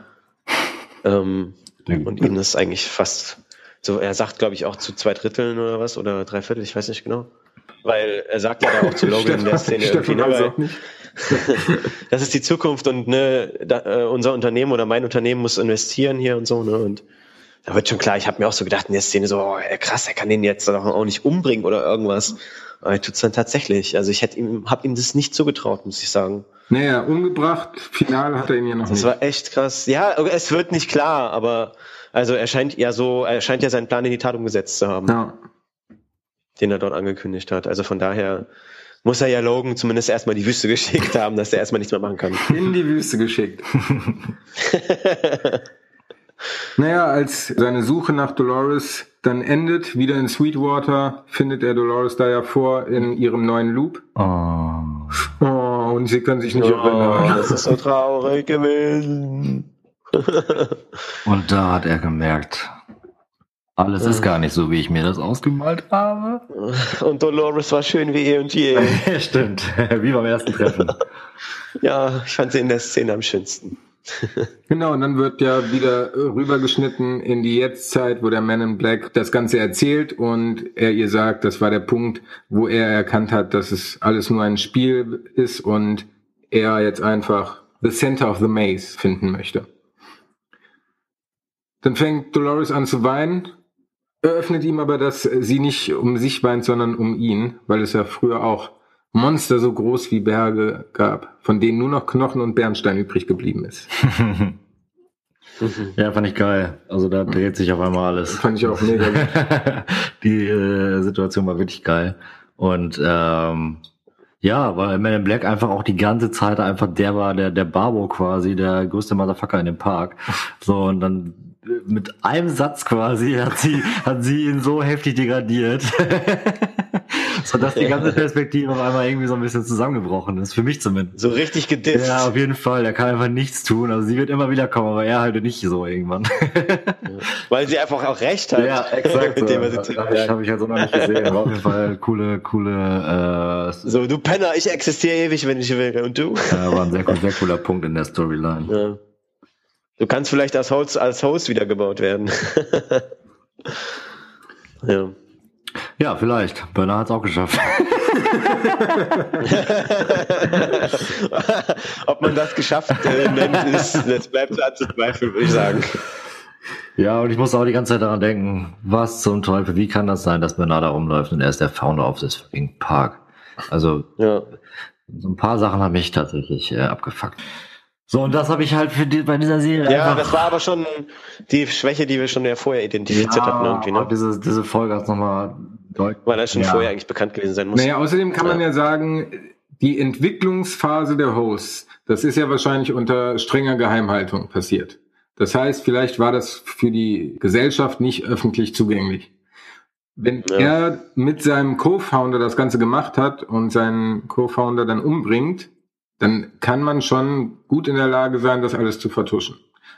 Und ihm ist eigentlich fast so, er sagt, glaube ich, auch zu 2/3 oder was, oder 3/4, ich weiß nicht genau. Weil er sagt ja da auch zu Logan in der Szene irgendwie, ne, weil, das ist die Zukunft und ne, unser Unternehmen oder mein Unternehmen muss investieren hier und so, ne, und da wird schon klar, ich habe mir auch so gedacht in der Szene so, krass, er kann den jetzt auch nicht umbringen oder irgendwas. Aber er tut's dann tatsächlich. Also ich hab ihm das nicht zugetraut, muss ich sagen. Naja, umgebracht, final hat er ihn ja noch nicht. Das war echt krass. Ja, es wird nicht klar, aber also er scheint ja seinen Plan in die Tat umgesetzt zu haben. Ja. Den er dort angekündigt hat. Also von daher muss er ja Logan zumindest erstmal die Wüste geschickt haben, dass er erstmal nichts mehr machen kann. In die Wüste geschickt. Naja, als seine Suche nach Dolores dann endet, wieder in Sweetwater, findet er Dolores da ja vor in ihrem neuen Loop. Und sie können sich nicht erinnern. Das ist so traurig gewesen. Und da hat er gemerkt, alles ist gar nicht so, wie ich mir das ausgemalt habe. Und Dolores war schön wie eh und je. Stimmt, wie beim ersten Treffen. Ja, ich fand sie in der Szene am schönsten. Genau, und dann wird ja wieder rübergeschnitten in die Jetztzeit, wo der Man in Black das Ganze erzählt und er ihr sagt, das war der Punkt, wo er erkannt hat, dass es alles nur ein Spiel ist und er jetzt einfach the center of the maze finden möchte. Dann fängt Dolores an zu weinen, eröffnet ihm aber, dass sie nicht um sich weint, sondern um ihn, weil es ja früher auch Monster so groß wie Berge gab, von denen nur noch Knochen und Bernstein übrig geblieben ist. Ja, fand ich geil. Also da dreht sich auf einmal alles. Fand ich auch mega gut. Die Situation war wirklich geil. Und ja, weil Man in Black einfach auch die ganze Zeit einfach der war, der Barbo quasi, der größte Motherfucker in dem Park. So, und dann mit einem Satz quasi hat sie ihn so heftig degradiert, sodass die ganze Perspektive auf einmal irgendwie so ein bisschen zusammengebrochen ist, für mich zumindest. So richtig gedisst. Ja, auf jeden Fall, der kann einfach nichts tun, also sie wird immer wieder kommen, aber er halt nicht so irgendwann. Weil sie einfach auch recht hat. Ja, exakt. Mit dem, was das habe ich halt so noch nicht gesehen, war auf jeden Fall coole so, du Penner, ich existiere ewig, wenn ich will, und du? Ja, war ein sehr cooler Punkt in der Storyline. Ja. Du kannst vielleicht als Host wiedergebaut werden. Ja. Ja, vielleicht. Bernard hat es auch geschafft. Ob man das geschafft nennt, das bleibt zu zweifeln, würde ich sagen. Ja, und ich muss auch die ganze Zeit daran denken, was zum Teufel, wie kann das sein, dass Bernard da rumläuft und er ist der Founder of this fucking Park? Also, so ein paar Sachen haben mich tatsächlich abgefuckt. So, und das habe ich halt bei dieser Serie Ja, das war aber schon die Schwäche, die wir schon ja vorher identifiziert hatten irgendwie, ne? Diese Folge hat nochmal deutlich. Weil das schon vorher eigentlich bekannt gewesen sein muss. Naja, außerdem kann man ja sagen, die Entwicklungsphase der Hosts, das ist ja wahrscheinlich unter strenger Geheimhaltung passiert. Das heißt, vielleicht war das für die Gesellschaft nicht öffentlich zugänglich. Wenn er mit seinem Co-Founder das Ganze gemacht hat und seinen Co-Founder dann umbringt, dann kann man schon gut in der Lage sein, das alles zu vertuschen.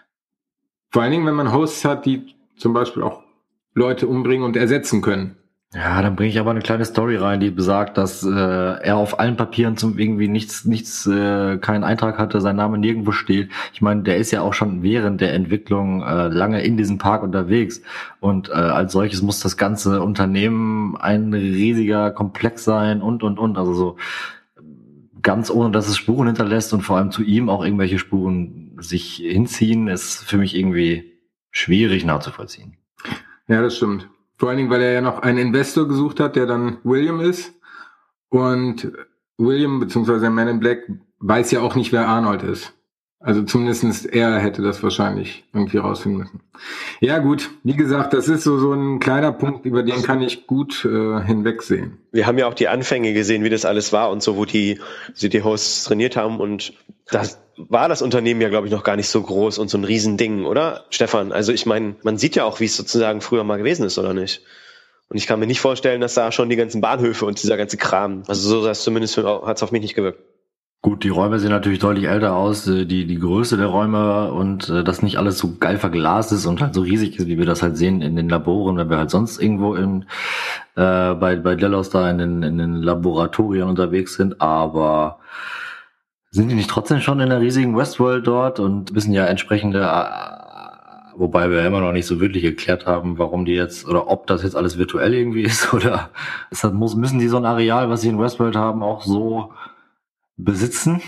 Vor allen Dingen, wenn man Hosts hat, die zum Beispiel auch Leute umbringen und ersetzen können. Ja, dann bringe ich aber eine kleine Story rein, die besagt, dass er auf allen Papieren zum irgendwie keinen Eintrag hatte, sein Name nirgendwo steht. Ich meine, der ist ja auch schon während der Entwicklung lange in diesem Park unterwegs und als solches muss das ganze Unternehmen ein riesiger Komplex sein und. Also so ganz ohne, dass es Spuren hinterlässt und vor allem zu ihm auch irgendwelche Spuren sich hinziehen, ist für mich irgendwie schwierig nachzuvollziehen. Ja, das stimmt. Vor allen Dingen, weil er ja noch einen Investor gesucht hat, der dann William ist. Und William, beziehungsweise Man in Black, weiß ja auch nicht, wer Arnold ist. Also zumindest er hätte das wahrscheinlich irgendwie rausfinden müssen. Ja gut, wie gesagt, das ist so ein kleiner Punkt, über den kann ich gut hinwegsehen. Wir haben ja auch die Anfänge gesehen, wie das alles war und so, wo die Hosts trainiert haben und das war das Unternehmen ja, glaube ich, noch gar nicht so groß und so ein Riesending, oder, Stefan? Also ich meine, man sieht ja auch, wie es sozusagen früher mal gewesen ist, oder nicht? Und ich kann mir nicht vorstellen, dass da schon die ganzen Bahnhöfe und dieser ganze Kram, also so das zumindest hat es auf mich nicht gewirkt. Gut, die Räume sehen natürlich deutlich älter aus, die Größe der Räume und dass nicht alles so geil verglast ist und halt so riesig ist, wie wir das halt sehen in den Laboren, wenn wir halt sonst irgendwo bei Delos da in den Laboratorien unterwegs sind, aber sind die nicht trotzdem schon in der riesigen Westworld dort und müssen ja entsprechende, wobei wir immer noch nicht so wirklich geklärt haben, warum die jetzt, oder ob das jetzt alles virtuell irgendwie ist, oder müssen die so ein Areal, was sie in Westworld haben, auch so besitzen?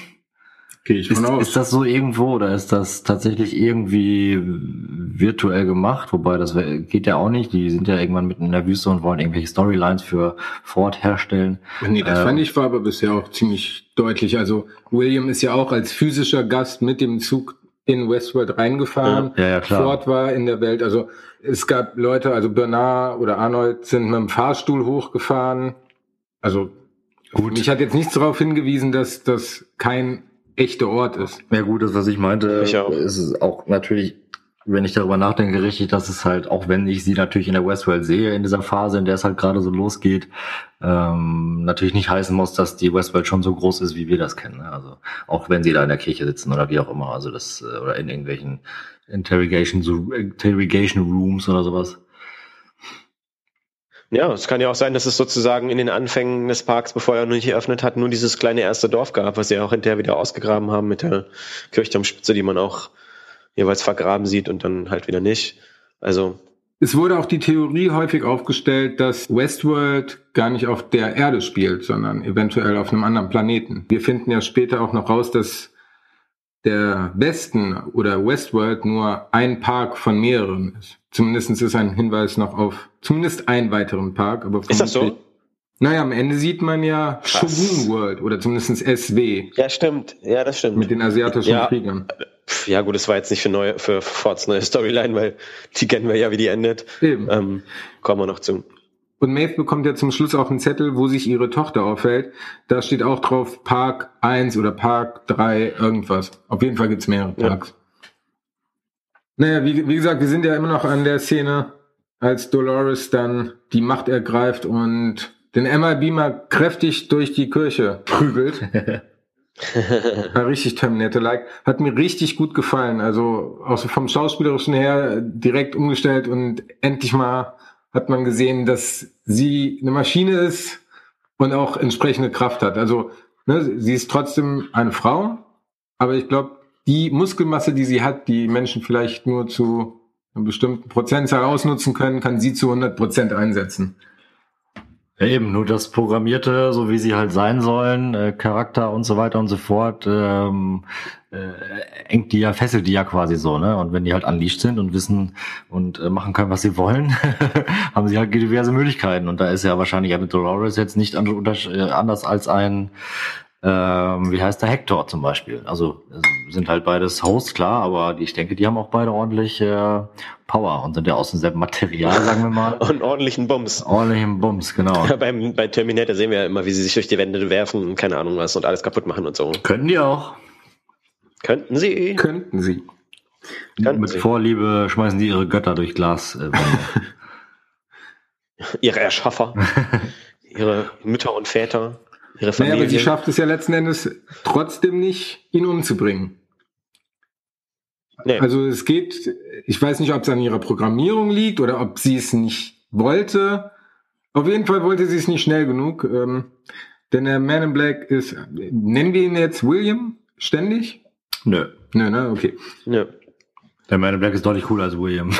Ist das so irgendwo oder ist das tatsächlich irgendwie virtuell gemacht? Wobei, das geht ja auch nicht. Die sind ja irgendwann mitten in der Wüste und wollen irgendwelche Storylines für Ford herstellen. Nee, das fand ich war aber bisher auch ziemlich deutlich. Also William ist ja auch als physischer Gast mit dem Zug in Westworld reingefahren. Ja, klar. Ford war in der Welt. Also es gab Leute, also Bernard oder Arnold sind mit dem Fahrstuhl hochgefahren. Also gut. Mich hat jetzt nichts darauf hingewiesen, dass das kein echter Ort ist. Ja gut, das, was ich meinte, ist es auch natürlich, wenn ich darüber nachdenke, richtig, dass es halt, auch wenn ich sie natürlich in der Westworld sehe, in dieser Phase, in der es halt gerade so losgeht, natürlich nicht heißen muss, dass die Westworld schon so groß ist, wie wir das kennen. Also auch wenn sie da in der Kirche sitzen oder wie auch immer, also das, oder in irgendwelchen Interrogation Rooms oder sowas. Ja, es kann ja auch sein, dass es sozusagen in den Anfängen des Parks, bevor er noch nicht eröffnet hat, nur dieses kleine erste Dorf gab, was sie ja auch hinterher wieder ausgegraben haben mit der Kirchturmspitze, die man auch jeweils vergraben sieht und dann halt wieder nicht. Also es wurde auch die Theorie häufig aufgestellt, dass Westworld gar nicht auf der Erde spielt, sondern eventuell auf einem anderen Planeten. Wir finden ja später auch noch raus, dass der Westen oder Westworld nur ein Park von mehreren ist. Zumindest ist ein Hinweis noch auf zumindest einen weiteren Park. Aber ist das so? Naja, am Ende sieht man ja Shogun World oder zumindest SW. Ja, stimmt. Ja, das stimmt. Mit den asiatischen Kriegern. Ja gut, das war jetzt nicht für Fords neue Storyline, weil die kennen wir ja, wie die endet. Eben. Kommen wir noch zu. Und Maeve bekommt ja zum Schluss auch einen Zettel, wo sich ihre Tochter aufhält. Da steht auch drauf Park 1 oder Park 3, irgendwas. Auf jeden Fall gibt's mehrere Parks. Ja. Naja, wie gesagt, wir sind ja immer noch an der Szene, als Dolores dann die Macht ergreift und den MI-Beamer kräftig durch die Kirche prügelt. War richtig Terminator-like. Hat mir richtig gut gefallen. Also auch so vom Schauspielerischen her direkt umgestellt und endlich mal hat man gesehen, dass sie eine Maschine ist und auch entsprechende Kraft hat. Also sie ist trotzdem eine Frau, aber ich glaube, die Muskelmasse, die sie hat, die Menschen vielleicht nur zu einer bestimmten Prozentzahl ausnutzen können, kann sie zu 100% einsetzen. Ja, eben, nur das Programmierte, so wie sie halt sein sollen, Charakter und so weiter und so fort, fesselt die ja quasi so, ne? Und wenn die halt unleashed sind und wissen und machen können, was sie wollen, haben sie halt diverse Möglichkeiten. Und da ist ja wahrscheinlich eine Dolores jetzt nicht anders als ein, wie heißt der, Hector zum Beispiel. Also sind halt beides Hosts, klar, aber ich denke, die haben auch beide ordentlich Power und sind ja aus demselben Material, sagen wir mal. Und ordentlichen Bums. Ordentlichen Bums, genau. Bei Terminator sehen wir ja immer, wie sie sich durch die Wände werfen und keine Ahnung was und alles kaputt machen und so. Können die auch. Könnten sie. Mit Vorliebe schmeißen die ihre Götter durch Glaswände. Ihre Erschaffer. Ihre Mütter und Väter. Ihre Familie. Naja, aber sie schafft es ja letzten Endes trotzdem nicht, ihn umzubringen. Nee. Also es geht, ich weiß nicht, ob es an ihrer Programmierung liegt oder ob sie es nicht wollte. Auf jeden Fall wollte sie es nicht schnell genug. Denn der Man in Black ist, nennen wir ihn jetzt William ständig? Nö, ne? Okay. Nö. Der Man in Black ist deutlich cooler als William.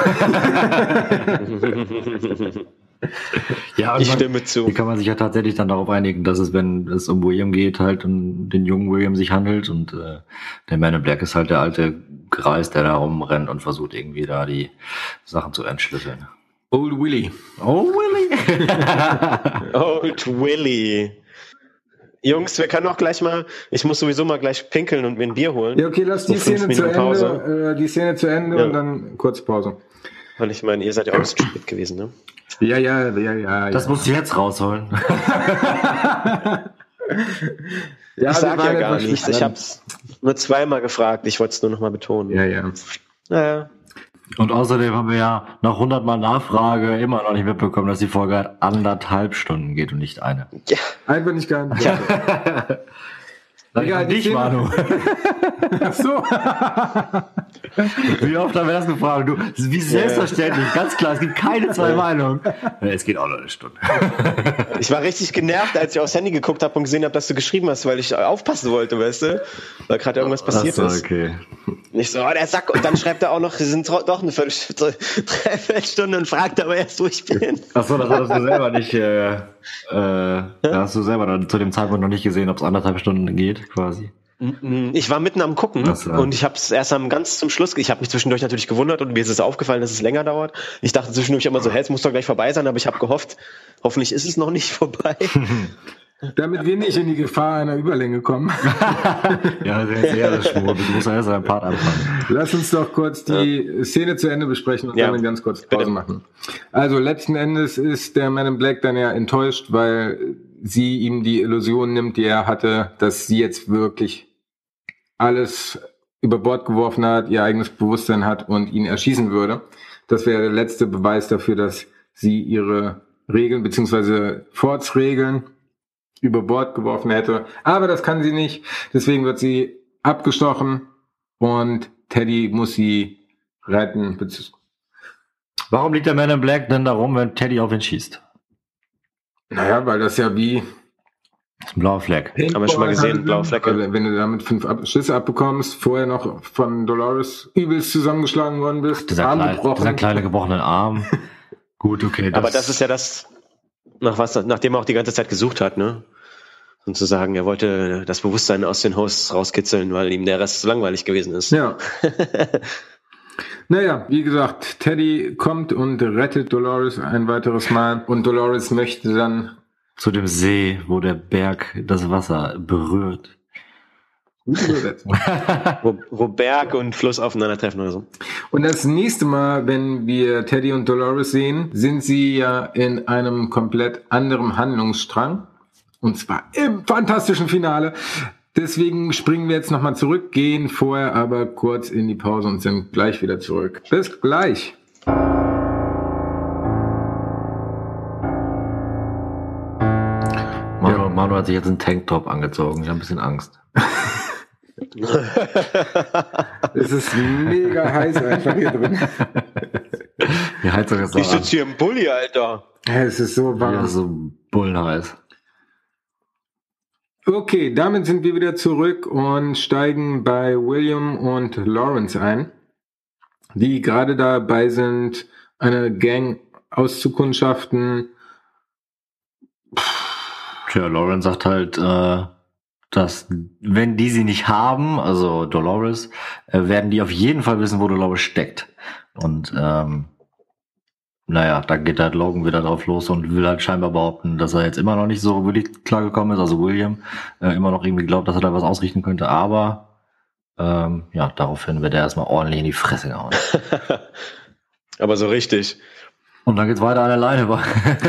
Ja, ich stimme zu. Hier kann man sich ja tatsächlich dann darauf einigen, dass es, wenn es um William geht, halt um den jungen William sich handelt und der Man in Black ist halt der alte Greis, der da rumrennt und versucht irgendwie da die Sachen zu entschlüsseln. Old Willy. Old Willy. Old Willy. Jungs, wir können auch gleich mal, ich muss sowieso mal gleich pinkeln und mir ein Bier holen. Ja, okay, lass die Szene zu Ende ja. Und dann kurz Pause. Weil ich meine, ihr seid ja auch ein bisschen spät gewesen, ne? Ja. Das musst du jetzt rausholen. Ich sag ja gar nichts. Ich hab's nur zweimal gefragt. Ich wollte es nur noch mal betonen. Ja. Naja. Und außerdem haben wir ja nach 100 Mal Nachfrage immer noch nicht mitbekommen, dass die Folge halt 1,5 Stunden geht und nicht eine. Ja. Einfach nicht gehandelt. Ja. Egal, nicht, Manu. Ach so. Wie oft haben wir das gefragt? Wie selbstverständlich, ganz klar, es gibt keine zwei Meinungen. Es geht auch noch eine Stunde. Ich war richtig genervt, als ich aufs Handy geguckt habe und gesehen habe, dass du geschrieben hast, weil ich aufpassen wollte, weißt du? Weil gerade irgendwas passiert ist. Okay. Nicht so, der Sack. Und dann schreibt er auch noch, sie sind doch eine Dreiviertelstunde und fragt aber erst, wo ich bin. Achso, das hattest du selber nicht, hast du selber dann zu dem Zeitpunkt noch nicht gesehen, ob es 1,5 Stunden geht, quasi. Ich war mitten am Gucken und ich habe es erst ganz zum Schluss, ich habe mich zwischendurch natürlich gewundert und mir ist es aufgefallen, dass es länger dauert. Ich dachte zwischendurch immer so, es muss doch gleich vorbei sein, aber ich habe gehofft, hoffentlich ist es noch nicht vorbei. Damit wir nicht in die Gefahr einer Überlänge kommen. Ja, das ist eher das Schwur. Du musst ja erst einen Part anfangen. Lass uns doch kurz die Szene zu Ende besprechen und dann ganz kurz Pause machen. Also letzten Endes ist der Man in Black dann ja enttäuscht, weil sie ihm die Illusion nimmt, die er hatte, dass sie jetzt wirklich alles über Bord geworfen hat, ihr eigenes Bewusstsein hat und ihn erschießen würde. Das wäre der letzte Beweis dafür, dass sie ihre Regeln bzw. Fords Regeln über Bord geworfen hätte. Aber das kann sie nicht. Deswegen wird sie abgestochen und Teddy muss sie retten. Warum liegt der Man in Black denn da rum, wenn Teddy auf ihn schießt? Naja, weil das ja wie das ist ein blauer Fleck. Haben wir schon mal gesehen, blaue Flecke. Wenn du damit 5 Schüsse abbekommst, vorher noch von Dolores übelst zusammengeschlagen worden bist, dieser kleine gebrochene Arm. Gut, okay. Aber das ist ja das, nachdem er auch die ganze Zeit gesucht hat, ne? Sozusagen, er wollte das Bewusstsein aus den Hosts rauskitzeln, weil ihm der Rest so langweilig gewesen ist. Ja. Naja, wie gesagt, Teddy kommt und rettet Dolores ein weiteres Mal und Dolores möchte dann zu dem See, wo der Berg das Wasser berührt. wo Berg und Fluss aufeinandertreffen oder so. Und das nächste Mal, wenn wir Teddy und Dolores sehen, sind sie ja in einem komplett anderen Handlungsstrang. Und zwar im fantastischen Finale. Deswegen springen wir jetzt nochmal zurück, gehen vorher aber kurz in die Pause und sind gleich wieder zurück. Bis gleich. Manu hat sich jetzt einen Tanktop angezogen. Ich habe ein bisschen Angst. Es ist mega heiß einfach hier drin. Die Heizung ist ich sitze hier im Bulli, Alter. Es ist so warm. Ja, so bullenheiß. Okay, damit sind wir wieder zurück und steigen bei William und Lawrence ein, die gerade dabei sind, eine Gang auszukundschaften. Tja, Lauren sagt halt, dass wenn die sie nicht haben, also Dolores, werden die auf jeden Fall wissen, wo Dolores steckt. Und naja, da geht halt Logan wieder drauf los und will halt scheinbar behaupten, dass er jetzt immer noch nicht so wirklich klargekommen ist, also William immer noch irgendwie glaubt, dass er da was ausrichten könnte, aber ja, daraufhin wird er erstmal ordentlich in die Fresse gehauen. Aber so richtig. Und dann geht's weiter an der Leine.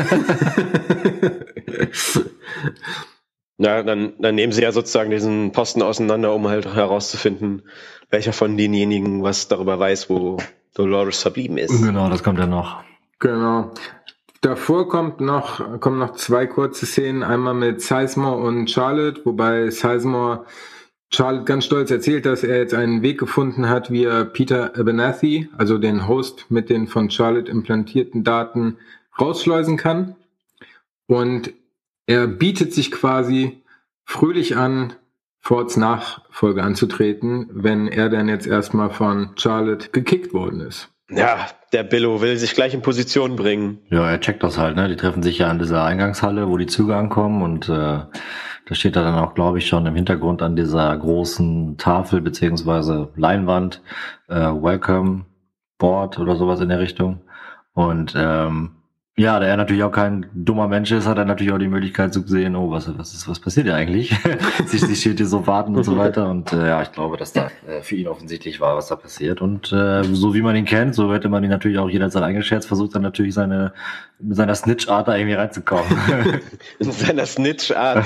Ja, dann nehmen sie ja sozusagen diesen Posten auseinander, um halt herauszufinden, welcher von denjenigen was darüber weiß, wo Dolores verblieben ist. Genau, das kommt ja noch. Genau. Davor kommen noch 2 kurze Szenen, einmal mit Sizemore und Charlotte, wobei Sizemore Charlotte ganz stolz erzählt, dass er jetzt einen Weg gefunden hat, wie er Peter Abernathy, also den Host mit den von Charlotte implantierten Daten, rausschleusen kann. Und er bietet sich quasi fröhlich an, Fords Nachfolge anzutreten, wenn er dann jetzt erstmal von Charlotte gekickt worden ist. Ja, der Billo will sich gleich in Position bringen. Ja, er checkt das halt, ne? Die treffen sich ja an dieser Eingangshalle, wo die Züge ankommen und da steht er dann auch, glaube ich, schon im Hintergrund an dieser großen Tafel beziehungsweise Leinwand, Welcome Board oder sowas in der Richtung. Und ja, da er natürlich auch kein dummer Mensch ist, hat er natürlich auch die Möglichkeit zu sehen, oh, was passiert hier eigentlich? Sie steht hier so warten und so weiter. Und ja, ich glaube, dass da für ihn offensichtlich war, was da passiert. Und so wie man ihn kennt, so hätte man ihn natürlich auch jederzeit eingeschätzt, versucht dann natürlich mit seiner Snitch-Art da irgendwie reinzukommen. Mit seiner Snitch-Art.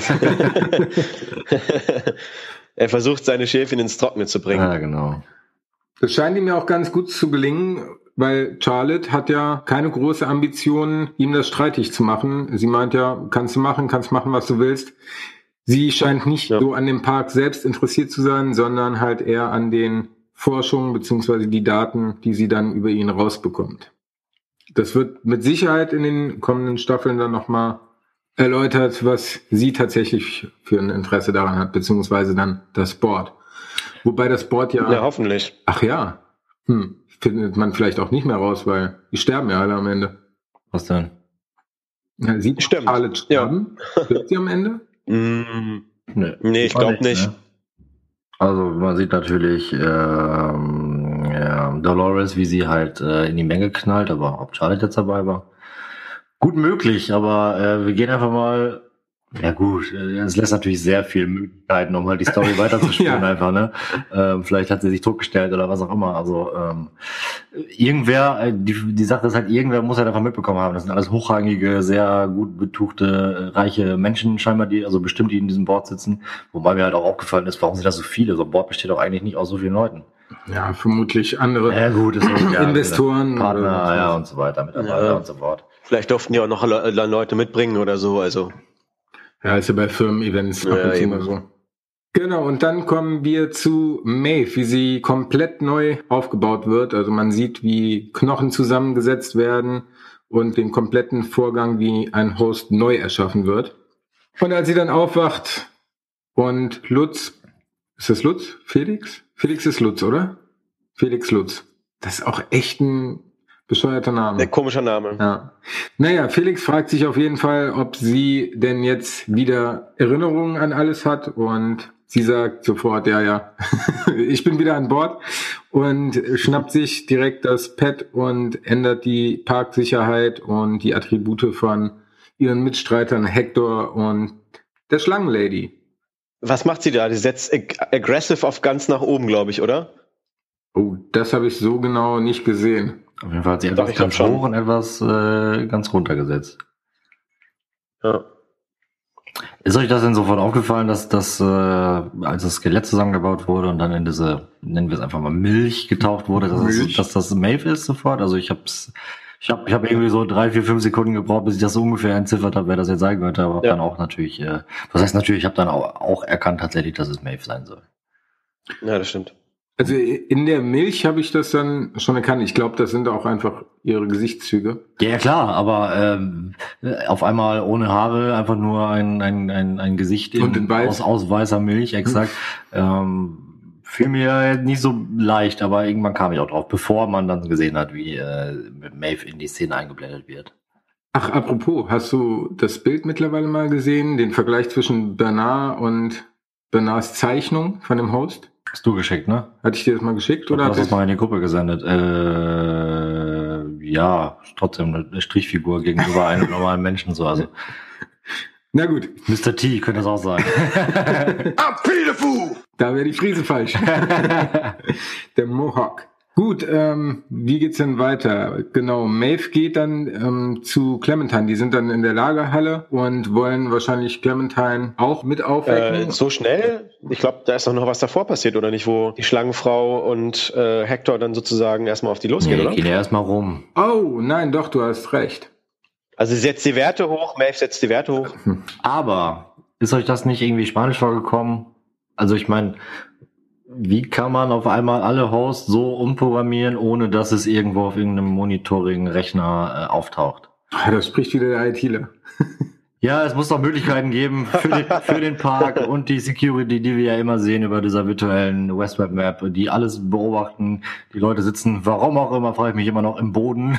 Er versucht, seine Schäfchen ins Trockene zu bringen. Ja, genau. Das scheint ihm ja auch ganz gut zu gelingen, weil Charlotte hat ja keine große Ambition, ihm das streitig zu machen. Sie meint ja, kannst machen, was du willst. Sie scheint nicht so an dem Park selbst interessiert zu sein, sondern halt eher an den Forschungen beziehungsweise die Daten, die sie dann über ihn rausbekommt. Das wird mit Sicherheit in den kommenden Staffeln dann nochmal erläutert, was sie tatsächlich für ein Interesse daran hat, beziehungsweise dann das Board. Wobei das Board ja... Ja, hoffentlich. Ach ja. Findet man vielleicht auch nicht mehr raus, weil die sterben ja alle am Ende. Was denn? Ja, sieht Stimmt. Charlotte sterben? Stirbt sie am Ende? Nee, ich glaube nicht. Ne? Also man sieht natürlich Dolores, wie sie halt in die Menge knallt, aber ob Charlotte jetzt dabei war? Gut möglich, aber wir gehen einfach mal. Ja gut, es lässt natürlich sehr viele Möglichkeiten, um halt die Story weiterzuspielen einfach, ne? Vielleicht hat sie sich druckgestellt oder was auch immer. Also irgendwer, die Sache ist halt, irgendwer muss halt einfach mitbekommen haben. Das sind alles hochrangige, sehr gut betuchte, reiche Menschen scheinbar, die in diesem Board sitzen. Wobei mir halt auch aufgefallen ist, warum sind das so viele? So ein Board besteht auch eigentlich nicht aus so vielen Leuten. Ja, vermutlich andere ist Investoren, Partner, ja und so weiter, Mitarbeiter und so fort. Vielleicht durften die auch noch Leute mitbringen oder so, also. Ja, ist ja bei Firmen-Events ab und zu mal so. Genau, und dann kommen wir zu Maeve, wie sie komplett neu aufgebaut wird. Also man sieht, wie Knochen zusammengesetzt werden und den kompletten Vorgang, wie ein Host neu erschaffen wird. Und als sie dann aufwacht und Lutz, ist das Lutz? Felix? Felix ist Lutz, oder? Felix Lutz. Das ist auch echt ein bescheuerter Name. Ein komischer Name. Ja. Naja, Felix fragt sich auf jeden Fall, ob sie denn jetzt wieder Erinnerungen an alles hat und sie sagt sofort, ja, ich bin wieder an Bord und schnappt sich direkt das Pad und ändert die Parksicherheit und die Attribute von ihren Mitstreitern Hector und der Schlangenlady. Was macht sie da? Die setzt aggressive auf ganz nach oben, glaube ich, oder? Oh, das habe ich so genau nicht gesehen. Auf jeden Fall hat sie etwas ganz hoch und etwas ganz runter gesetzt. Ja. Ist euch das denn sofort aufgefallen, dass das, als das Skelett zusammengebaut wurde und dann in diese, nennen wir es einfach mal Milch getaucht wurde, dass das Maeve ist sofort? Also ich habe irgendwie so 3, 4, 5 Sekunden gebraucht, bis ich das so ungefähr entziffert habe, wer das jetzt sein könnte, aber dann auch natürlich, ich habe dann auch erkannt tatsächlich, dass es Maeve sein soll. Ja, das stimmt. Also in der Milch habe ich das dann schon erkannt. Ich glaube, das sind auch einfach ihre Gesichtszüge. Ja, klar, aber auf einmal ohne Haare, einfach nur ein Gesicht aus weißer Milch, exakt. Fiel mir nicht so leicht, aber irgendwann kam ich auch drauf, bevor man dann gesehen hat, wie Maeve in die Szene eingeblendet wird. Ach, apropos, hast du das Bild mittlerweile mal gesehen? Den Vergleich zwischen Bernard und Bernards Zeichnung von dem Host? Hast du geschickt, ne? Hatte ich dir das mal geschickt? Oder Du hast das mal in die Gruppe gesendet. Ja, trotzdem eine Strichfigur gegenüber einem normalen Menschen. So, also. Na gut. Mr. T könnte das auch sagen. I'm beautiful! Da wäre die Friese falsch. Der Mohawk. Gut, wie geht's denn weiter? Genau, Maeve geht dann zu Clementine. Die sind dann in der Lagerhalle und wollen wahrscheinlich Clementine auch mit aufwecken. So schnell? Ich glaube, da ist doch noch was davor passiert, oder nicht? Wo die Schlangenfrau und Hector dann sozusagen erstmal auf die losgehen, oder? Die gehen ja erstmal rum. Oh, nein, doch, du hast recht. Also sie setzt die Werte hoch, Maeve setzt die Werte hoch. Aber ist euch das nicht irgendwie spanisch vorgekommen? Also ich meine, wie kann man auf einmal alle Hosts so umprogrammieren, ohne dass es irgendwo auf irgendeinem Monitoring-Rechner auftaucht? Das spricht wieder der ITler. Ja, es muss doch Möglichkeiten geben für den Park und die Security, die wir ja immer sehen über dieser virtuellen Westweb Map, die alles beobachten. Die Leute sitzen, warum auch immer, frage ich mich immer noch, im Boden.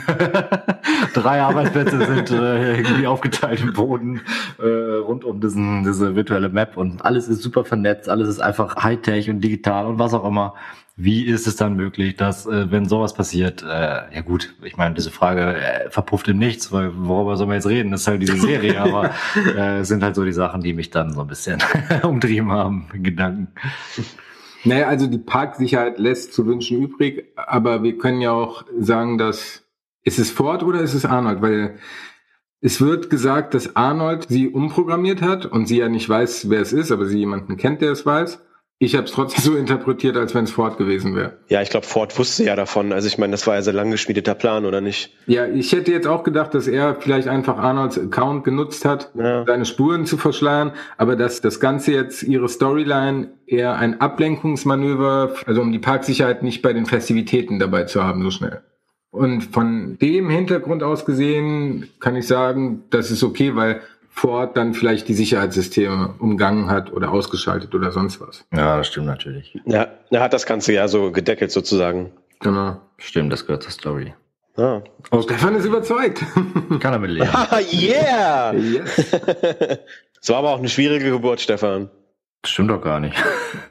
3 Arbeitsplätze sind irgendwie aufgeteilt im Boden rund um diese virtuelle Map und alles ist super vernetzt, alles ist einfach Hightech und digital und was auch immer. Wie ist es dann möglich, dass, wenn sowas passiert, ja gut, ich meine, diese Frage verpufft im Nichts, weil worüber soll man jetzt reden? Das ist halt diese Serie, aber es sind halt so die Sachen, die mich dann so ein bisschen umtrieben haben, in Gedanken. Naja, also die Parksicherheit lässt zu wünschen übrig, aber wir können ja auch sagen, dass, ist es Ford oder ist es Arnold? Weil es wird gesagt, dass Arnold sie umprogrammiert hat und sie ja nicht weiß, wer es ist, aber sie jemanden kennt, der es weiß. Ich habe es trotzdem so interpretiert, als wenn es Ford gewesen wäre. Ja, ich glaube, Ford wusste ja davon. Also ich meine, das war ja sehr lang geschmiedeter Plan, oder nicht? Ja, ich hätte jetzt auch gedacht, dass er vielleicht einfach Arnolds Account genutzt hat, seine Spuren zu verschleiern, aber dass das Ganze jetzt, ihre Storyline, eher ein Ablenkungsmanöver, also um die Parksicherheit nicht bei den Festivitäten dabei zu haben, so schnell. Und von dem Hintergrund aus gesehen kann ich sagen, das ist okay, weil Ford dann vielleicht die Sicherheitssysteme umgangen hat oder ausgeschaltet oder sonst was. Ja, das stimmt natürlich. Ja, er hat das Ganze ja so gedeckelt sozusagen. Genau. Stimmt, das gehört zur Story. Ah. Okay. Stefan ist überzeugt. Kann er mit leben. Yeah! Yes. Es war aber auch eine schwierige Geburt, Stefan. Das stimmt doch gar nicht.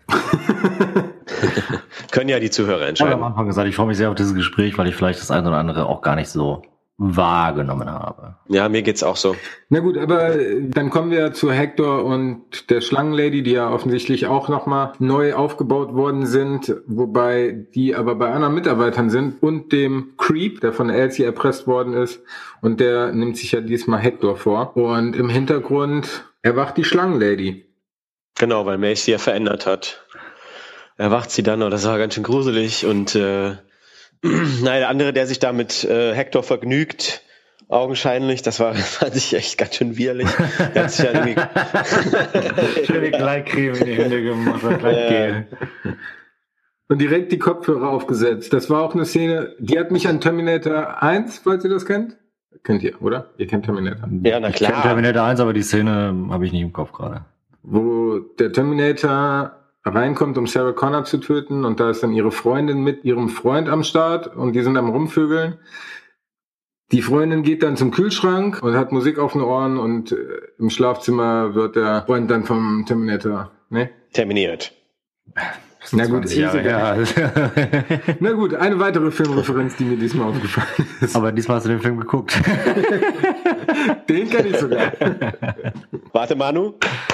Können ja die Zuhörer Ich habe entscheiden. am Anfang gesagt, ich freue mich sehr auf dieses Gespräch, weil ich vielleicht das eine oder andere auch gar nicht so wahrgenommen habe. Ja, mir geht's auch so. Na gut, aber dann kommen wir zu Hector und der Schlangenlady, die ja offensichtlich auch nochmal neu aufgebaut worden sind, wobei die aber bei anderen Mitarbeitern sind und dem Creep, der von Elsie erpresst worden ist, und der nimmt sich ja diesmal Hector vor. Und im Hintergrund erwacht die Schlangenlady. Genau, weil Maeve sie ja verändert hat. Erwacht sie dann, und das war ganz schön gruselig und nein, der andere, der sich da mit Hector vergnügt, augenscheinlich, fand ich echt ganz schön widerlich. Der hat sich ja irgendwie Schöne Gleitcreme in die Hände gemacht, Gleitgel. Und direkt die Kopfhörer aufgesetzt. Das war auch eine Szene, die hat mich an Terminator 1, falls ihr das kennt. Kennt ihr, oder? Ihr kennt Terminator. Ja, na Ich kenne klar. Terminator 1, aber die Szene habe ich nicht im Kopf gerade. Wo der Terminator reinkommt, um Sarah Connor zu töten, und da ist dann ihre Freundin mit ihrem Freund am Start und die sind am Rumvögeln. Die Freundin geht dann zum Kühlschrank und hat Musik auf den Ohren und im Schlafzimmer wird der Freund dann vom Terminator, ne? Terminiert. Na gut, 20 Jahre her. Na gut, eine weitere Filmreferenz, die mir diesmal aufgefallen ist. Aber diesmal hast du den Film geguckt. Den kenne ich sogar. Warte, Manu.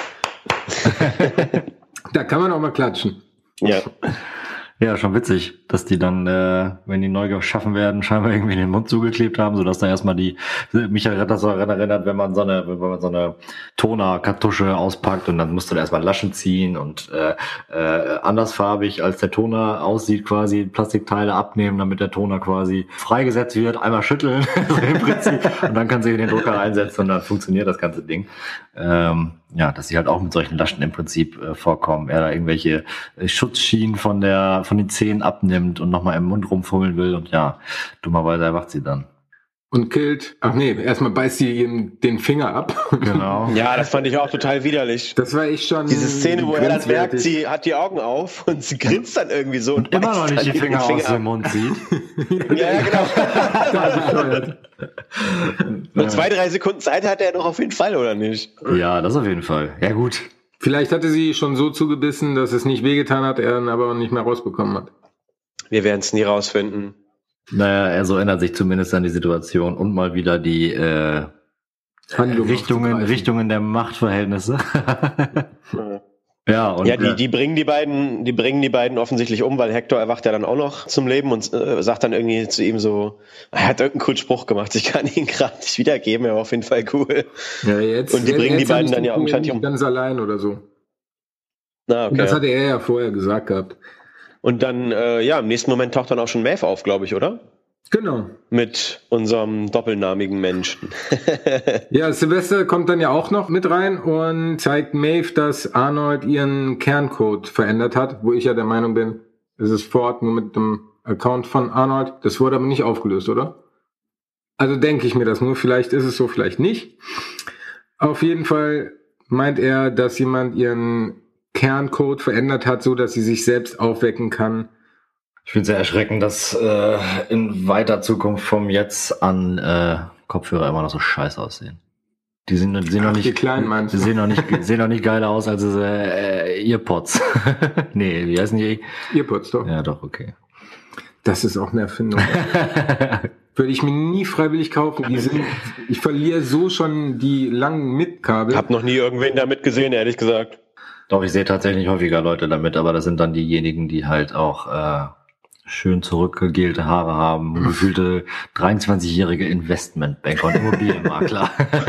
Da kann man auch mal klatschen. Ja. Ja, schon witzig, dass die dann, wenn die neu geschaffen werden, scheinbar irgendwie den Mund zugeklebt haben, sodass da erstmal mich hat das daran erinnert, wenn man so eine Toner-Kartusche auspackt und dann musst du da erstmal Laschen ziehen und andersfarbig als der Toner aussieht, quasi Plastikteile abnehmen, damit der Toner quasi freigesetzt wird, einmal schütteln im Prinzip, und dann kannst du in den Drucker einsetzen und dann funktioniert das ganze Ding. Ja, dass sie halt auch mit solchen Laschen im Prinzip vorkommen. Er da irgendwelche Schutzschienen von den Zähnen abnimmt und nochmal im Mund rumfummeln will und ja, dummerweise erwacht sie dann. und killt. Ach nee, erstmal beißt sie ihm den Finger ab. Genau. Ja, das fand ich auch total widerlich. Das war echt schon. Diese Szene, wo er dann merkt, grenzwertig. sie hat die Augen auf und sie grinst dann irgendwie so und Immer noch beißt nicht dann die Finger aus ab. dem Mund sieht. Ja, genau. Bescheuert. Nur 2-3 Sekunden Zeit hat er noch auf jeden Fall, oder nicht? Ja, das auf jeden Fall. Ja, gut. Vielleicht hatte sie schon so zugebissen, dass es nicht wehgetan hat, er dann aber nicht mehr rausbekommen hat. Wir werden es nie rausfinden. Naja, er so ändert sich zumindest an die Situation und mal wieder die Handlung aufzugreifen. Richtungen der Machtverhältnisse. Ja, und Ja, die bringen die beiden offensichtlich um, weil Hector erwacht ja dann auch noch zum Leben und sagt dann irgendwie zu ihm so, er hat irgendeinen coolen Spruch gemacht, ich kann ihn gerade nicht wiedergeben, er war auf jeden Fall cool. Ja, jetzt, Und die bringen die jetzt beiden hab ich dann ja den augenscheinlich nicht um. ganz allein oder so. Na, Und das okay. hatte er ja vorher gesagt gehabt. Und dann, im nächsten Moment taucht dann auch schon Maeve auf, glaube ich, oder? Genau. Mit unserem doppelnamigen Menschen. Ja, Sylvester kommt dann ja auch noch mit rein und zeigt Maeve, dass Arnold ihren Kerncode verändert hat, wo ich ja der Meinung bin, es ist Ford nur mit dem Account von Arnold. Das wurde aber nicht aufgelöst, oder? Also denke ich mir das nur. Vielleicht ist es so, vielleicht nicht. Auf jeden Fall meint er, dass jemand ihren Kerncode verändert hat, so dass sie sich selbst aufwecken kann. ich finde es sehr erschreckend, dass in weiter Zukunft vom Jetzt an Kopfhörer immer noch so scheiße aussehen. Die sehen noch Die nicht, kleinen meinst die du? sehen noch nicht geiler aus als Earpods. Nee, wie heißen die? Earpods doch. Ja, doch, okay. Das ist auch eine Erfindung. Würde ich mir nie freiwillig kaufen. Ich verliere so schon die langen Mitkabel. Hab noch nie irgendwen damit gesehen, ehrlich gesagt. Doch, ich sehe tatsächlich häufiger Leute damit, aber das sind dann diejenigen, die halt auch schön zurückgegelte Haare haben, gefühlte 23-jährige Investmentbanker und Immobilienmakler.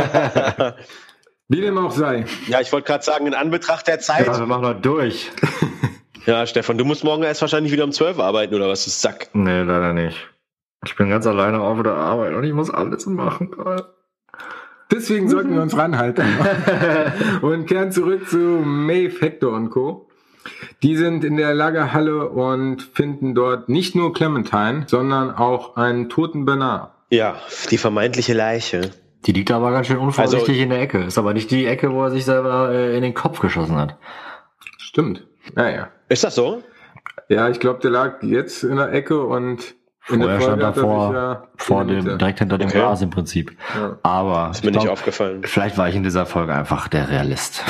Wie dem auch sei. Ja, ich wollte gerade sagen, in Anbetracht der Zeit. Ja, wir machen das durch. Ja, Stefan, du musst morgen erst wahrscheinlich wieder um 12 arbeiten, oder was? Du Sack. Nee, leider nicht. Ich bin ganz alleine auf der Arbeit und ich muss alles machen. Deswegen sollten wir uns ranhalten. Und kehren zurück zu Maeve, Hector und Co. Die sind in der Lagerhalle und finden dort nicht nur Clementine, sondern auch einen toten Bernard. Ja, die vermeintliche Leiche. Die liegt aber ganz schön unvorsichtig in der Ecke. Ist aber nicht die Ecke, wo er sich selber in den Kopf geschossen hat. Stimmt. Naja. Ist das so? Ja, ich glaube, der lag jetzt in der Ecke und in Vorher der stand Folge er hat er sich ja vor in der Mitte. direkt hinter dem Okay. Glas im Prinzip. Ja. Aber Ist mir ich nicht glaub, aufgefallen. vielleicht war ich in dieser Folge einfach der Realist.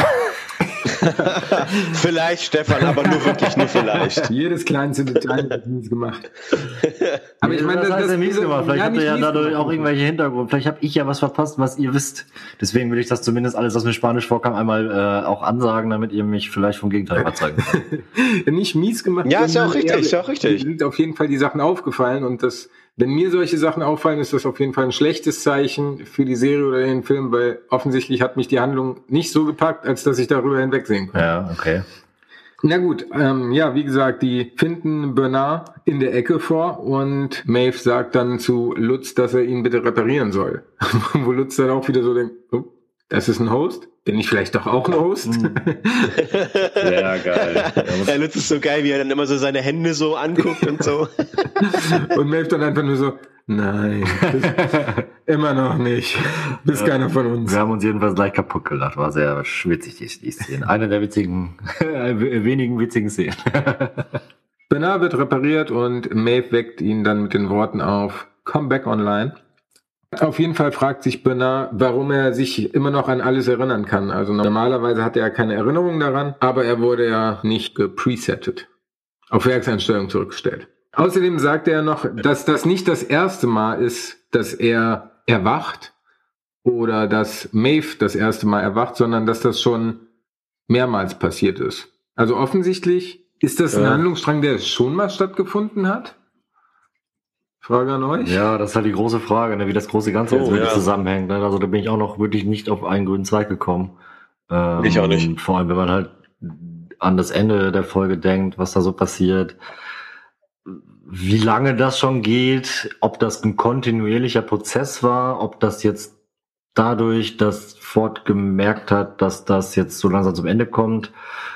Vielleicht, Stefan, aber nur vielleicht. Jedes kleinste Detail wird mies gemacht. Aber ich meine, das heißt ja mies gemacht. Vielleicht habt ihr ja nicht mies dadurch gemacht. auch irgendwelche Hintergründe. Vielleicht habe ich ja was verpasst, was ihr wisst. Deswegen will ich das zumindest alles, was mir Spanisch vorkam, einmal auch ansagen, damit ihr mich vielleicht vom Gegenteil überzeugen könnt. Nicht mies gemacht. Ja, ist ja auch sondern richtig, eher- ist ja auch richtig. Mir sind auf jeden Fall die Sachen aufgefallen und das, wenn mir solche Sachen auffallen, ist das auf jeden Fall ein schlechtes Zeichen für die Serie oder den Film, weil offensichtlich hat mich die Handlung nicht so gepackt, als dass ich darüber hinwegsehen konnte. Ja, okay. Na gut, ja, wie gesagt, die finden Bernard in der Ecke vor und Maeve sagt dann zu Lutz, dass er ihn bitte reparieren soll. Wo Lutz dann auch wieder so denkt, oh, das ist ein Host? Bin ich vielleicht doch auch ein Host? Sehr geil. Der Lutz ist so geil, wie er dann immer so seine Hände so anguckt und so. Und Maeve dann einfach nur so, nein, immer noch nicht. Bist keiner von uns. Wir haben uns jedenfalls gleich kaputt gelacht. War sehr witzig, die Szene. Eine der wenigen witzigen Szenen. Bernard wird repariert und Maeve weckt ihn dann mit den Worten auf, come back online. Auf jeden Fall fragt sich Bernard, warum er sich immer noch an alles erinnern kann. Also normalerweise hat er keine Erinnerung daran, aber er wurde ja nicht gepresettet, auf Werkseinstellung zurückgestellt. Außerdem sagt er noch, dass das nicht das erste Mal ist, dass er erwacht oder dass Maeve das erste Mal erwacht, sondern dass das schon mehrmals passiert ist. Also offensichtlich ist das ein Handlungsstrang, der schon mal stattgefunden hat. Frage an euch. Ja, das ist halt die große Frage, ne, wie das große Ganze jetzt wirklich zusammenhängt. Ne? Also da bin ich auch noch wirklich nicht auf einen grünen Zweig gekommen. Ich auch nicht. Vor allem, wenn man halt an das Ende der Folge denkt, was da so passiert, wie lange das schon geht, ob das ein kontinuierlicher Prozess war, ob das jetzt dadurch, dass Ford gemerkt hat, dass das jetzt so langsam zum Ende kommt,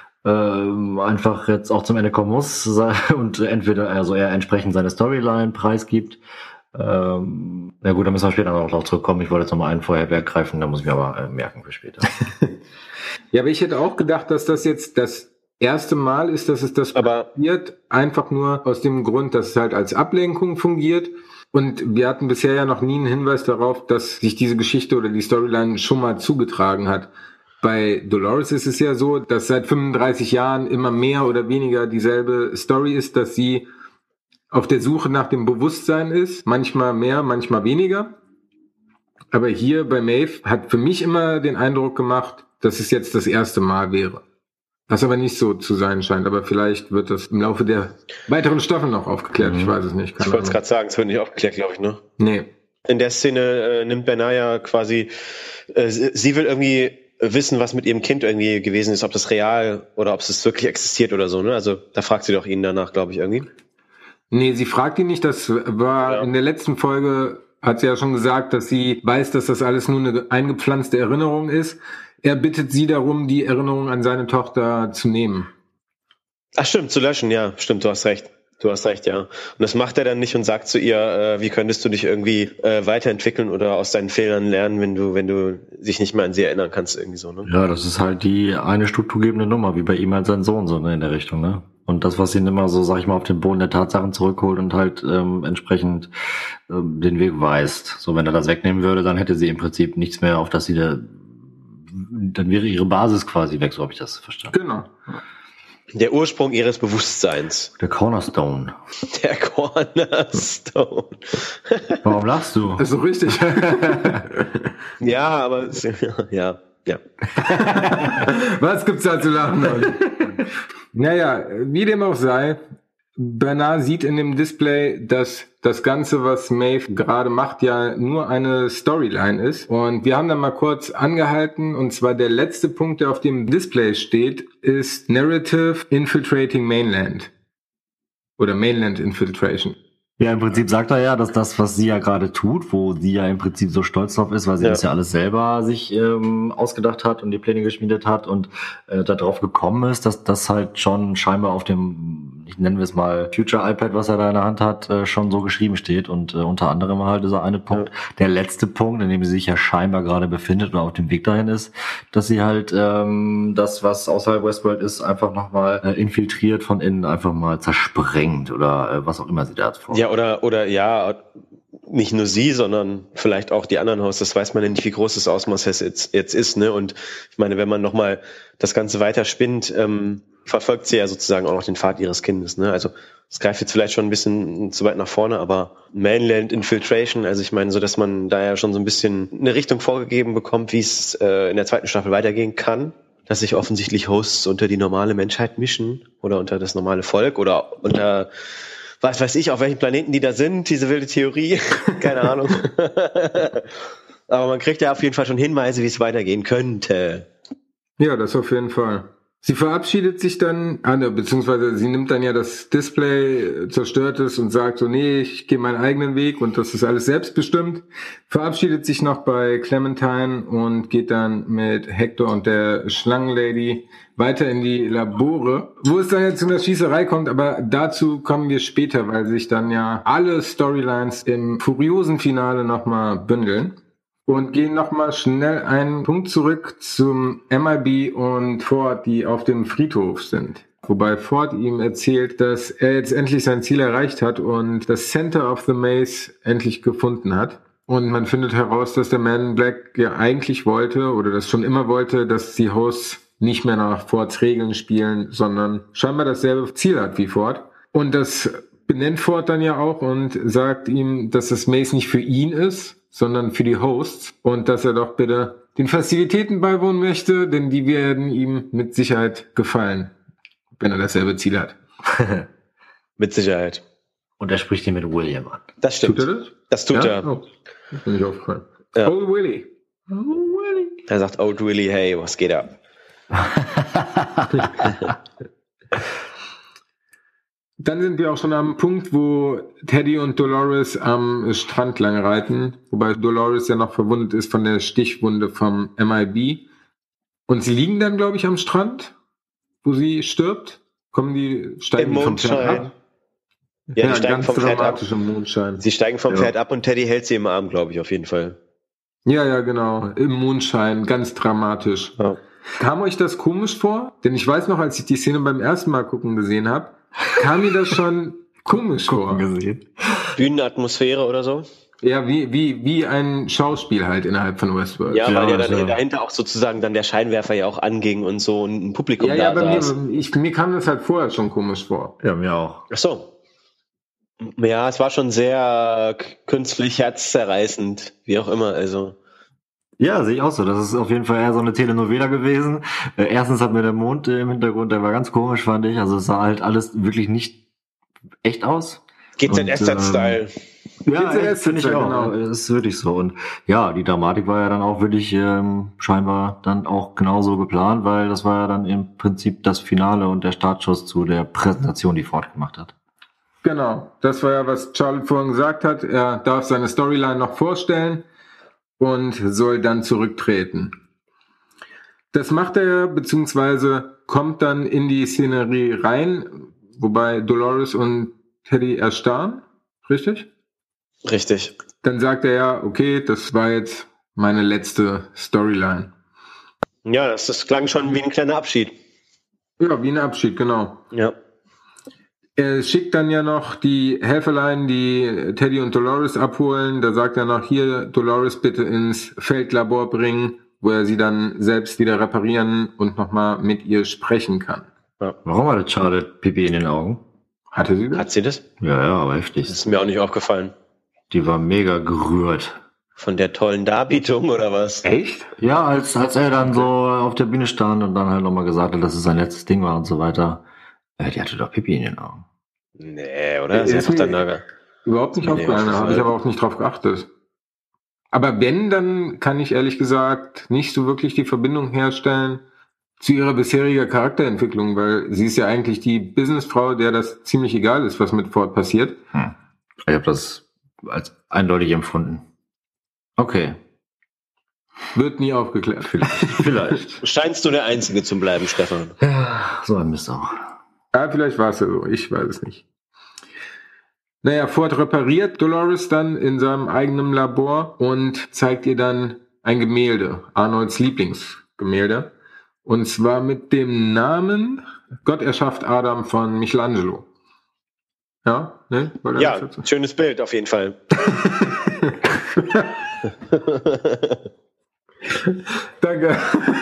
einfach jetzt auch zum Ende kommen muss und entweder also er entsprechend seine Storyline preisgibt Na gut, da müssen wir später noch drauf zurückkommen. Ich wollte jetzt nochmal einen vorher weggreifen, da muss ich mir aber merken für später. Ja, aber ich hätte auch gedacht, dass das jetzt das erste Mal ist, dass es das passiert, einfach nur aus dem Grund, dass es halt als Ablenkung fungiert. Und wir hatten bisher ja noch nie einen Hinweis darauf, dass sich diese Geschichte oder die Storyline schon mal zugetragen hat. Bei Dolores ist es ja so, dass seit 35 Jahren immer mehr oder weniger dieselbe Story ist, dass sie auf der Suche nach dem Bewusstsein ist. Manchmal mehr, manchmal weniger. Aber hier bei Maeve hat für mich immer den Eindruck gemacht, dass es jetzt das erste Mal wäre. Was aber nicht so zu sein scheint. Aber vielleicht wird das im Laufe der weiteren Staffeln noch aufgeklärt. Ich weiß es nicht. Ich wollte es gerade sagen, es wird nicht aufgeklärt, glaube ich, ne? Nee. In der Szene nimmt Benaya quasi, sie will irgendwie wissen, was mit ihrem Kind irgendwie gewesen ist, ob das real oder ob es wirklich existiert oder so, ne? Also da fragt sie doch ihn danach, glaube ich, irgendwie. Nee, sie fragt ihn nicht. Das war in der letzten Folge, hat sie ja schon gesagt, dass sie weiß, dass das alles nur eine eingepflanzte Erinnerung ist. Er bittet sie darum, die Erinnerung an seine Tochter zu nehmen. Ach stimmt, zu löschen, ja, stimmt, du hast recht. Du hast recht, ja. Und das macht er dann nicht und sagt zu ihr, wie könntest du dich irgendwie weiterentwickeln oder aus deinen Fehlern lernen, wenn du dich nicht mehr an sie erinnern kannst, irgendwie so, ne? Ja, das ist halt die eine strukturgebende Nummer, wie bei ihm halt sein Sohn, so, ne, in der Richtung, ne? Und das, was ihn immer so, sag ich mal, auf den Boden der Tatsachen zurückholt und halt entsprechend den Weg weist. So, wenn er das wegnehmen würde, dann hätte sie im Prinzip nichts mehr, auf das sie dann wäre ihre Basis quasi weg, so habe ich das verstanden. Genau. Der Ursprung ihres Bewusstseins. Der Cornerstone. Der Cornerstone. Warum lachst du? Ist so richtig. Ja, aber ja. Was gibt's da zu lachen? Naja, wie dem auch sei, Bernard sieht in dem Display, dass das Ganze, was Maeve gerade macht, ja nur eine Storyline ist. Und wir haben dann mal kurz angehalten, und zwar der letzte Punkt, der auf dem Display steht, ist Narrative Infiltrating Mainland. Oder Mainland Infiltration. Ja, im Prinzip sagt er ja, dass das, was sie ja gerade tut, wo sie ja im Prinzip so stolz drauf ist, weil sie das ja alles selber sich ausgedacht hat und die Pläne geschmiedet hat und da drauf gekommen ist, dass das halt schon scheinbar auf dem, ich nenne es mal Future iPad, was er da in der Hand hat, schon so geschrieben steht und unter anderem halt dieser eine Punkt, der letzte Punkt, in dem sie sich ja scheinbar gerade befindet oder auf dem Weg dahin ist, dass sie halt das, was außerhalb Westworld ist, einfach nochmal infiltriert von innen, einfach mal zersprengt oder was auch immer sie da hat. Ja, oder nicht nur sie, sondern vielleicht auch die anderen Hosts, das weiß man ja nicht, wie groß das Ausmaß jetzt ist, ne? Und ich meine, wenn man nochmal das Ganze weiter spinnt, verfolgt sie ja sozusagen auch noch den Pfad ihres Kindes, ne? Also es greift jetzt vielleicht schon ein bisschen zu weit nach vorne, aber Mainland Infiltration, also ich meine, so dass man da ja schon so ein bisschen eine Richtung vorgegeben bekommt, wie es in der zweiten Staffel weitergehen kann, dass sich offensichtlich Hosts unter die normale Menschheit mischen oder unter das normale Volk oder unter was weiß ich, auf welchen Planeten die da sind, diese wilde Theorie. Keine Ahnung. Aber man kriegt ja auf jeden Fall schon Hinweise, wie es weitergehen könnte. Ja, das auf jeden Fall. Sie verabschiedet sich dann, beziehungsweise sie nimmt dann ja das Display, zerstört es und sagt so, nee, ich gehe meinen eigenen Weg und das ist alles selbstbestimmt. Verabschiedet sich noch bei Clementine und geht dann mit Hector und der Schlangenlady weiter in die Labore, wo es dann jetzt zu einer Schießerei kommt, aber dazu kommen wir später, weil sich dann ja alle Storylines im furiosen Finale nochmal bündeln. Und gehen nochmal schnell einen Punkt zurück zum MIB und Ford, die auf dem Friedhof sind. Wobei Ford ihm erzählt, dass er jetzt endlich sein Ziel erreicht hat und das Center of the Maze endlich gefunden hat. Und man findet heraus, dass der Man in Black ja eigentlich wollte oder das schon immer wollte, dass die Hosts nicht mehr nach Fords Regeln spielen, sondern scheinbar dasselbe Ziel hat wie Ford. Und das benennt Ford dann ja auch und sagt ihm, dass das Maze nicht für ihn ist, sondern für die Hosts und dass er doch bitte den Festivitäten beiwohnen möchte, denn die werden ihm mit Sicherheit gefallen, wenn er dasselbe Ziel hat. Mit Sicherheit. Und er spricht ihn mit William an. Das stimmt. Tut er das? Das tut er. Oh, das bin ich aufgefallen. Ja. Old Willy. Old Willy. Er sagt, Old Willy, hey, was geht ab? Dann sind wir auch schon am Punkt, wo Teddy und Dolores am Strand lang reiten, wobei Dolores ja noch verwundet ist von der Stichwunde vom MIB. Und sie liegen dann, glaube ich, am Strand, wo sie stirbt. Steigen Im die vom Pferd Mondschein. ab? Ja, die steigen ganz vom Pferd ab. dramatisch im Mondschein. Sie steigen vom Pferd ab und Teddy hält sie im Arm, glaube ich, auf jeden Fall. Ja, genau. Im Mondschein, ganz dramatisch. Ja. Kam euch das komisch vor? Denn ich weiß noch, als ich die Szene beim ersten Mal gucken gesehen habe, kam mir das schon komisch vor. gesehen. Bühnenatmosphäre oder so? Ja, wie ein Schauspiel halt innerhalb von Westworld. Ja, weil ja dann also- dahinter auch sozusagen dann der Scheinwerfer ja auch anging und so ein Publikum Ja, da bei saß. mir kam das halt vorher schon komisch vor. Ja, mir auch. Ach so. Ja, es war schon sehr künstlich herzzerreißend, wie auch immer, also. Ja, sehe ich auch so. Das ist auf jeden Fall eher so eine Telenovela gewesen. Erstens hat mir der Mond im Hintergrund, der war ganz komisch, fand ich. Also es sah halt alles wirklich nicht echt aus. GZSZ-Style. Ja, GZSZ, finde ich auch. genau. Das ist wirklich so. Und ja, die Dramatik war ja dann auch wirklich scheinbar dann auch genauso geplant, weil das war ja dann im Prinzip das Finale und der Startschuss zu der Präsentation, die Ford gemacht hat. Genau, das war ja, was Charlotte vorhin gesagt hat. Er darf seine Storyline noch vorstellen und soll dann zurücktreten. Das macht er, beziehungsweise kommt dann in die Szenerie rein, wobei Dolores und Teddy erstarren, richtig? Richtig. Dann sagt er ja, okay, das war jetzt meine letzte Storyline. Ja, das klang schon wie ein kleiner Abschied. Ja, wie ein Abschied, genau. Ja. Er schickt dann ja noch die Helferlein, die Teddy und Dolores abholen. Da sagt er noch, hier, Dolores bitte ins Feldlabor bringen, wo er sie dann selbst wieder reparieren und nochmal mit ihr sprechen kann. Warum hatte Charlotte Pipi in den Augen? Hatte sie das? Hat sie das? Ja, aber heftig. Das ist mir auch nicht aufgefallen. Die war mega gerührt. Von der tollen Darbietung oder was? Echt? Ja, als er dann so auf der Bühne stand und dann halt nochmal gesagt hat, dass es sein letztes Ding war und so weiter. Die hatte doch Pipi in den Augen. Nee, oder? Sie hat doch dann da. Überhaupt nicht Nee, aufgefallen, da habe ich aufgefallen. aber auch nicht drauf geachtet. Aber wenn, dann kann ich ehrlich gesagt nicht so wirklich die Verbindung herstellen zu ihrer bisherigen Charakterentwicklung, weil sie ist ja eigentlich die Businessfrau, der das ziemlich egal ist, was mit Ford passiert. Ich habe das als eindeutig empfunden. Okay. Wird nie aufgeklärt. Vielleicht. Scheinst du der Einzige zu bleiben, Stefan? Ja, so ein Mist auch. Ja, vielleicht war es ja so, ich weiß es nicht. Naja, Ford repariert Dolores dann in seinem eigenen Labor und zeigt ihr dann ein Gemälde, Arnolds Lieblingsgemälde. Und zwar mit dem Namen Gott erschafft Adam von Michelangelo. Ja, ne? Ja, schönes Bild auf jeden Fall. Danke.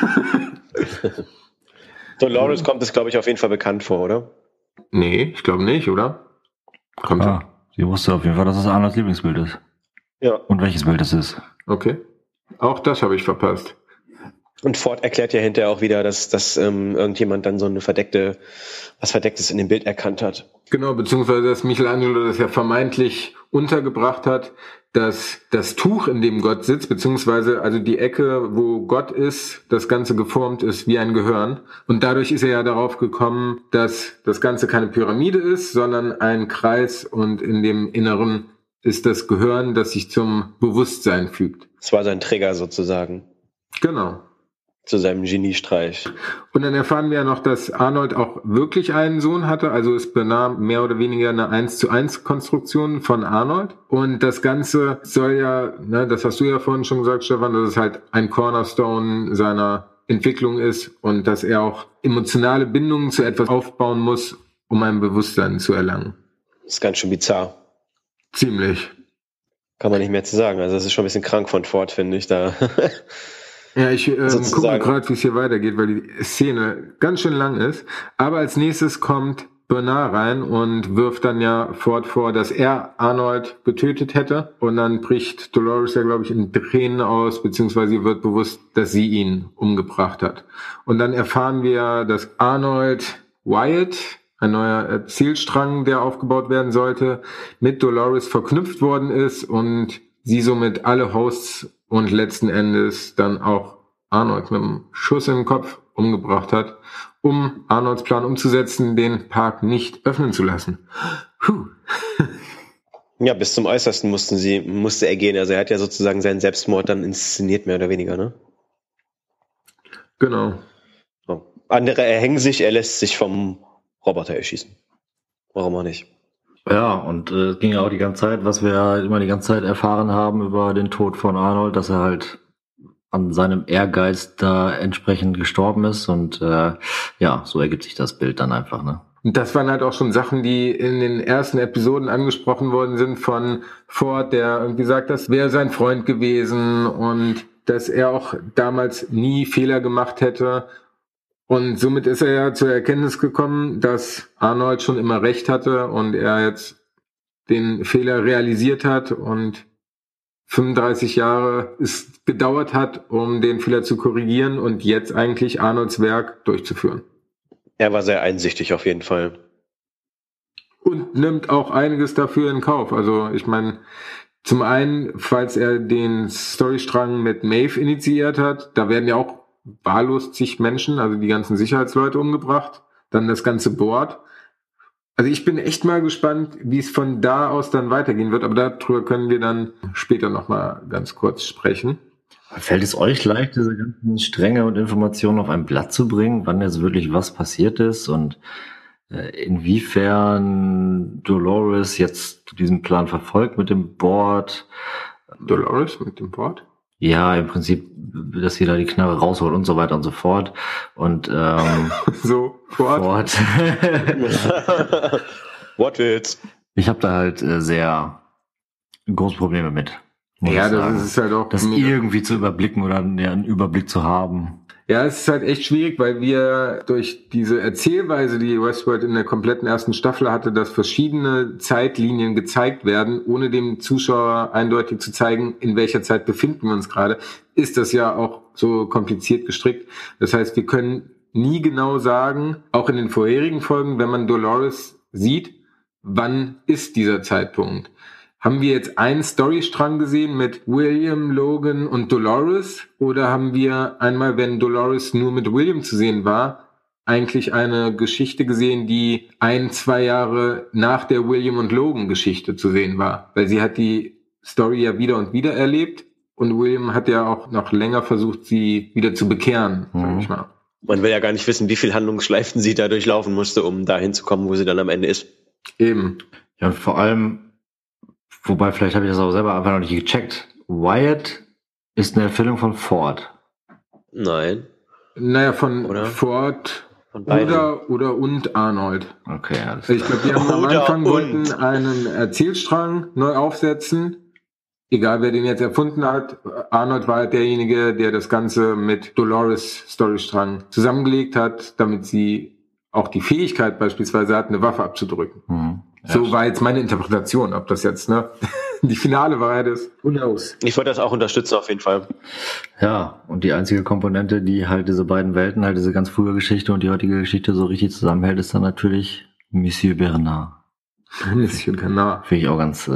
Dolores kommt es, glaube ich, auf jeden Fall bekannt vor, oder? Nee, ich glaube nicht, oder? Kommt Ah, sie wusste auf jeden Fall, dass es Arnolds Lieblingsbild ist. Ja. Und welches Bild es ist. Okay. Auch das habe ich verpasst. Und Ford erklärt ja hinterher auch wieder, dass irgendjemand dann so eine was Verdecktes in dem Bild erkannt hat. Genau, beziehungsweise dass Michelangelo das ja vermeintlich untergebracht hat, dass das Tuch, in dem Gott sitzt, beziehungsweise also die Ecke, wo Gott ist, das Ganze geformt ist wie ein Gehirn. Und dadurch ist er ja darauf gekommen, dass das Ganze keine Pyramide ist, sondern ein Kreis und in dem Inneren ist das Gehirn, das sich zum Bewusstsein fügt. Das war sein Trigger sozusagen Genau. zu seinem Geniestreich. Und dann erfahren wir ja noch, dass Arnold auch wirklich einen Sohn hatte. Also es benahm mehr oder weniger eine 1:1 Konstruktion von Arnold. Und das Ganze soll ja, ne, das hast du ja vorhin schon gesagt, Stefan, dass es halt ein Cornerstone seiner Entwicklung ist und dass er auch emotionale Bindungen zu etwas aufbauen muss, um ein Bewusstsein zu erlangen. Das ist ganz schön bizarr. Ziemlich. Kann man nicht mehr zu sagen. Also das ist schon ein bisschen krank von Ford, finde ich. Da. Ja, ich gucke Sozusagen. gerade, wie es hier weitergeht, weil die Szene ganz schön lang ist. Aber als nächstes kommt Bernard rein und wirft dann ja Ford vor, dass er Arnold getötet hätte. Und dann bricht Dolores ja, glaube ich, in Tränen aus, beziehungsweise ihr wird bewusst, dass sie ihn umgebracht hat. Und dann erfahren wir, dass Arnold Wyatt, ein neuer Erzählstrang, der aufgebaut werden sollte, mit Dolores verknüpft worden ist und sie somit alle Hosts und letzten Endes dann auch Arnold mit einem Schuss im Kopf umgebracht hat, um Arnolds Plan umzusetzen, den Park nicht öffnen zu lassen. Puh. Ja, bis zum Äußersten musste er gehen. Also er hat ja sozusagen seinen Selbstmord dann inszeniert, mehr oder weniger, ne? Genau. So. Andere erhängen sich, er lässt sich vom Roboter erschießen. Warum auch nicht? Ja, und es ging ja auch die ganze Zeit, was wir immer die ganze Zeit erfahren haben über den Tod von Arnold, dass er halt an seinem Ehrgeiz da entsprechend gestorben ist und ja, so ergibt sich das Bild dann einfach, ne? Und das waren halt auch schon Sachen, die in den ersten Episoden angesprochen worden sind von Ford, der irgendwie sagt, das wäre sein Freund gewesen und dass er auch damals nie Fehler gemacht hätte. Und somit ist er ja zur Erkenntnis gekommen, dass Arnold schon immer recht hatte und er jetzt den Fehler realisiert hat und 35 Jahre es gedauert hat, um den Fehler zu korrigieren und jetzt eigentlich Arnolds Werk durchzuführen. Er war sehr einsichtig auf jeden Fall. Und nimmt auch einiges dafür in Kauf. Also ich meine, zum einen, falls er den Storystrang mit Maeve initiiert hat, da werden ja auch wahllos zig Menschen, also die ganzen Sicherheitsleute umgebracht. Dann das ganze Board. Also ich bin echt mal gespannt, wie es von da aus dann weitergehen wird. Aber darüber können wir dann später nochmal ganz kurz sprechen. Fällt es euch leicht, diese ganzen Stränge und Informationen auf ein Blatt zu bringen, wann jetzt wirklich was passiert ist und inwiefern Dolores jetzt diesen Plan verfolgt mit dem Board? Dolores mit dem Board? Ja, im Prinzip, dass sie da die Knarre rausholt und so weiter und so fort. Und so, Ford. Wortwitz. Ich habe da halt sehr große Probleme mit. Ja, das ist halt auch... Das irgendwie zu überblicken oder einen Überblick zu haben. Ja, es ist halt echt schwierig, weil wir durch diese Erzählweise, die Westworld in der kompletten ersten Staffel hatte, dass verschiedene Zeitlinien gezeigt werden, ohne dem Zuschauer eindeutig zu zeigen, in welcher Zeit befinden wir uns gerade, ist das ja auch so kompliziert gestrickt. Das heißt, wir können nie genau sagen, auch in den vorherigen Folgen, wenn man Dolores sieht, wann ist dieser Zeitpunkt. Haben wir jetzt einen Storystrang gesehen mit William, Logan und Dolores? Oder haben wir einmal, wenn Dolores nur mit William zu sehen war, eigentlich eine Geschichte gesehen, die 1-2 Jahre nach der William und Logan Geschichte zu sehen war? Weil sie hat die Story ja wieder und wieder erlebt und William hat ja auch noch länger versucht, sie wieder zu bekehren, sag ich mal. Man will ja gar nicht wissen, wie viel Handlungsschleifen sie da durchlaufen musste, um dahin zu kommen, wo sie dann am Ende ist. Eben. Ja, und vor allem, wobei, vielleicht habe ich das auch selber einfach noch nicht gecheckt. Wyatt ist eine Erfüllung von Ford. Nein. Naja, von oder? Ford von oder und Arnold. Okay, alles klar. Ich glaube, die haben am Anfang wollten einen Erzählstrang neu aufsetzen. Egal, wer den jetzt erfunden hat. Arnold war halt derjenige, der das Ganze mit Dolores Storystrang zusammengelegt hat, damit sie auch die Fähigkeit beispielsweise hat, eine Waffe abzudrücken. Mhm. Ja, so war jetzt meine Interpretation. Ob das jetzt die finale Wahrheit ist, who knows. Ich wollte das auch unterstützen auf jeden Fall. Ja, und die einzige Komponente, die halt diese beiden Welten, halt diese ganz frühe Geschichte und die heutige Geschichte so richtig zusammenhält, ist dann natürlich Monsieur Bernard. Monsieur Bernard. Finde ich auch ganz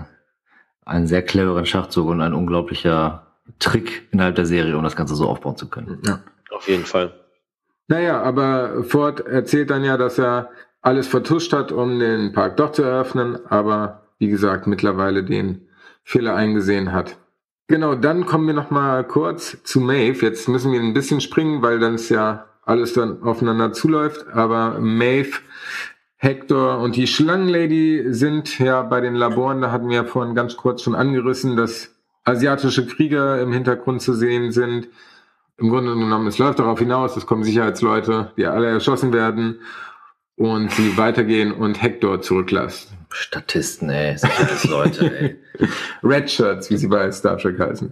einen sehr cleveren Schachzug und ein unglaublicher Trick innerhalb der Serie, um das Ganze so aufbauen zu können. Ja. Auf jeden Fall. Naja, aber Ford erzählt dann ja, dass er alles vertuscht hat, um den Park doch zu eröffnen, aber wie gesagt, mittlerweile den Fehler eingesehen hat. Genau, dann kommen wir nochmal kurz zu Maeve. Jetzt müssen wir ein bisschen springen, weil dann ist ja alles dann aufeinander zuläuft, aber Maeve, Hector und die Schlangenlady sind ja bei den Laboren, da hatten wir ja vorhin ganz kurz schon angerissen, dass asiatische Krieger im Hintergrund zu sehen sind. Im Grunde genommen, es läuft darauf hinaus, es kommen Sicherheitsleute, die alle erschossen werden und sie weitergehen und Hector zurücklassen. Statisten, ey, Sicherheitsleute, ey. Red Shirts, wie sie bei Star Trek heißen.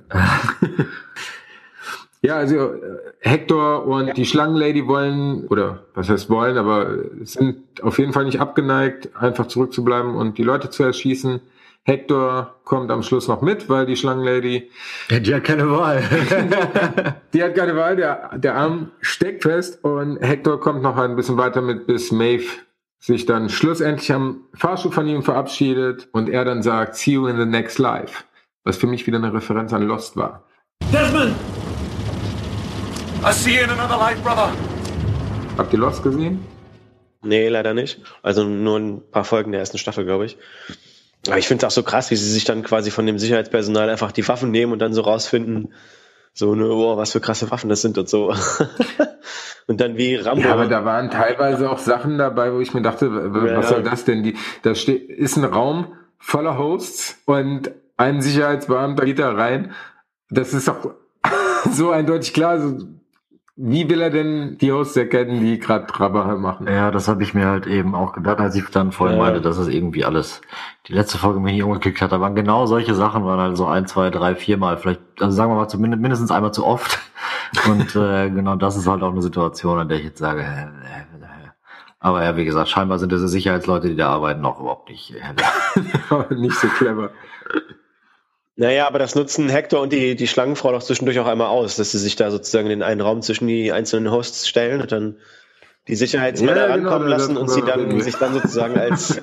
Ja, also Hector und die Schlangenlady wollen, oder was heißt wollen, aber sind auf jeden Fall nicht abgeneigt, einfach zurückzubleiben und die Leute zu erschießen. Hector kommt am Schluss noch mit, weil die Schlangenlady... Ja, die hat keine Wahl. Die hat keine Wahl, der Arm steckt fest und Hector kommt noch ein bisschen weiter mit, bis Maeve sich dann schlussendlich am Fahrstuhl von ihm verabschiedet und er dann sagt, see you in the next life. Was für mich wieder eine Referenz an Lost war. Desmond! I see you in another life, brother. Habt ihr Lost gesehen? Nee, leider nicht. Also nur ein paar Folgen der ersten Staffel, glaube ich. Aber ich finde es auch so krass, wie sie sich dann quasi von dem Sicherheitspersonal einfach die Waffen nehmen und dann so rausfinden, So, ne, boah, was für krasse Waffen das sind und so. Und dann wie Rambo. Ja, aber da waren teilweise auch Sachen dabei, wo ich mir dachte, was soll das denn? Da ist ein Raum voller Hosts und ein Sicherheitsbeamter geht da rein. Das ist doch so eindeutig klar. Also, wie will er denn die Hosts erkennen, die gerade Rabatte machen? Ja, das habe ich mir halt eben auch gedacht, als ich dann vorhin meinte, dass es irgendwie alles, die letzte Folge mich nicht umgeklickt hat. Da waren genau solche Sachen, waren halt so 1, 2, 3, 4 Mal, vielleicht, also sagen wir mal zumindest mindestens einmal zu oft. Und genau das ist halt auch eine Situation, an der ich jetzt sage, aber ja, wie gesagt, scheinbar sind diese Sicherheitsleute, die da arbeiten, auch überhaupt nicht nicht so clever. Naja, aber das nutzen Hector und die Schlangenfrau doch zwischendurch auch einmal aus, dass sie sich da sozusagen in den einen Raum zwischen die einzelnen Hosts stellen und dann die Sicherheitsmänner rankommen lassen und sie dann sich dann sozusagen als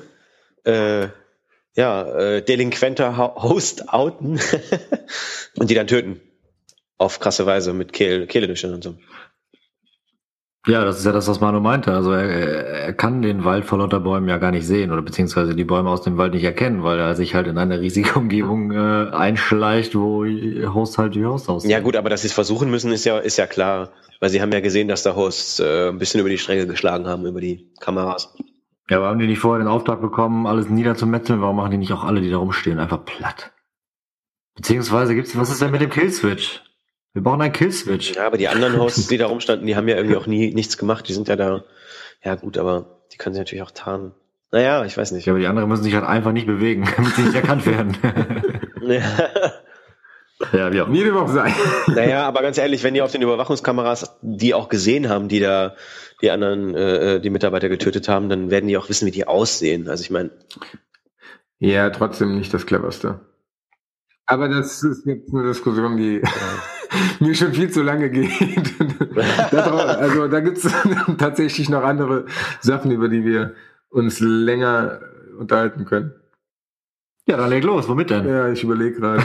delinquenter Host outen und die dann töten. Auf krasse Weise mit Kehledüchern und so. Ja, das ist ja das, was Manu meinte. Also er kann den Wald vor lauter Bäumen ja gar nicht sehen oder beziehungsweise die Bäume aus dem Wald nicht erkennen, weil er sich halt in eine riesige Umgebung einschleicht, wo Hosts halt wie Hosts aussehen. Ja gut, aber dass sie es versuchen müssen, ist ja klar. Weil sie haben ja gesehen, dass da Hosts ein bisschen über die Stränge geschlagen haben, über die Kameras. Ja, aber haben die nicht vorher den Auftrag bekommen, alles niederzumetzeln? Warum machen die nicht auch alle, die da rumstehen, einfach platt? Beziehungsweise was ist denn mit dem Killswitch? Wir brauchen einen Killswitch. Ja, aber die anderen Hosts, die da rumstanden, die haben ja irgendwie auch nie nichts gemacht. Die sind ja da, ja gut, aber die können sich natürlich auch tarnen. Naja, ich weiß nicht. Ja, aber die anderen müssen sich halt einfach nicht bewegen, damit sie nicht erkannt werden. Ja, wie auch. Wie dem auch sein. Naja, aber ganz ehrlich, wenn die auf den Überwachungskameras die auch gesehen haben, die da die anderen, die Mitarbeiter getötet haben, dann werden die auch wissen, wie die aussehen. Also ich meine. Ja, trotzdem nicht das Cleverste. Aber das ist jetzt eine Diskussion, die mir schon viel zu lange geht. Also da gibt es tatsächlich noch andere Sachen, über die wir uns länger unterhalten können. Ja, dann leg los. Womit denn? Ja, ich überlege gerade.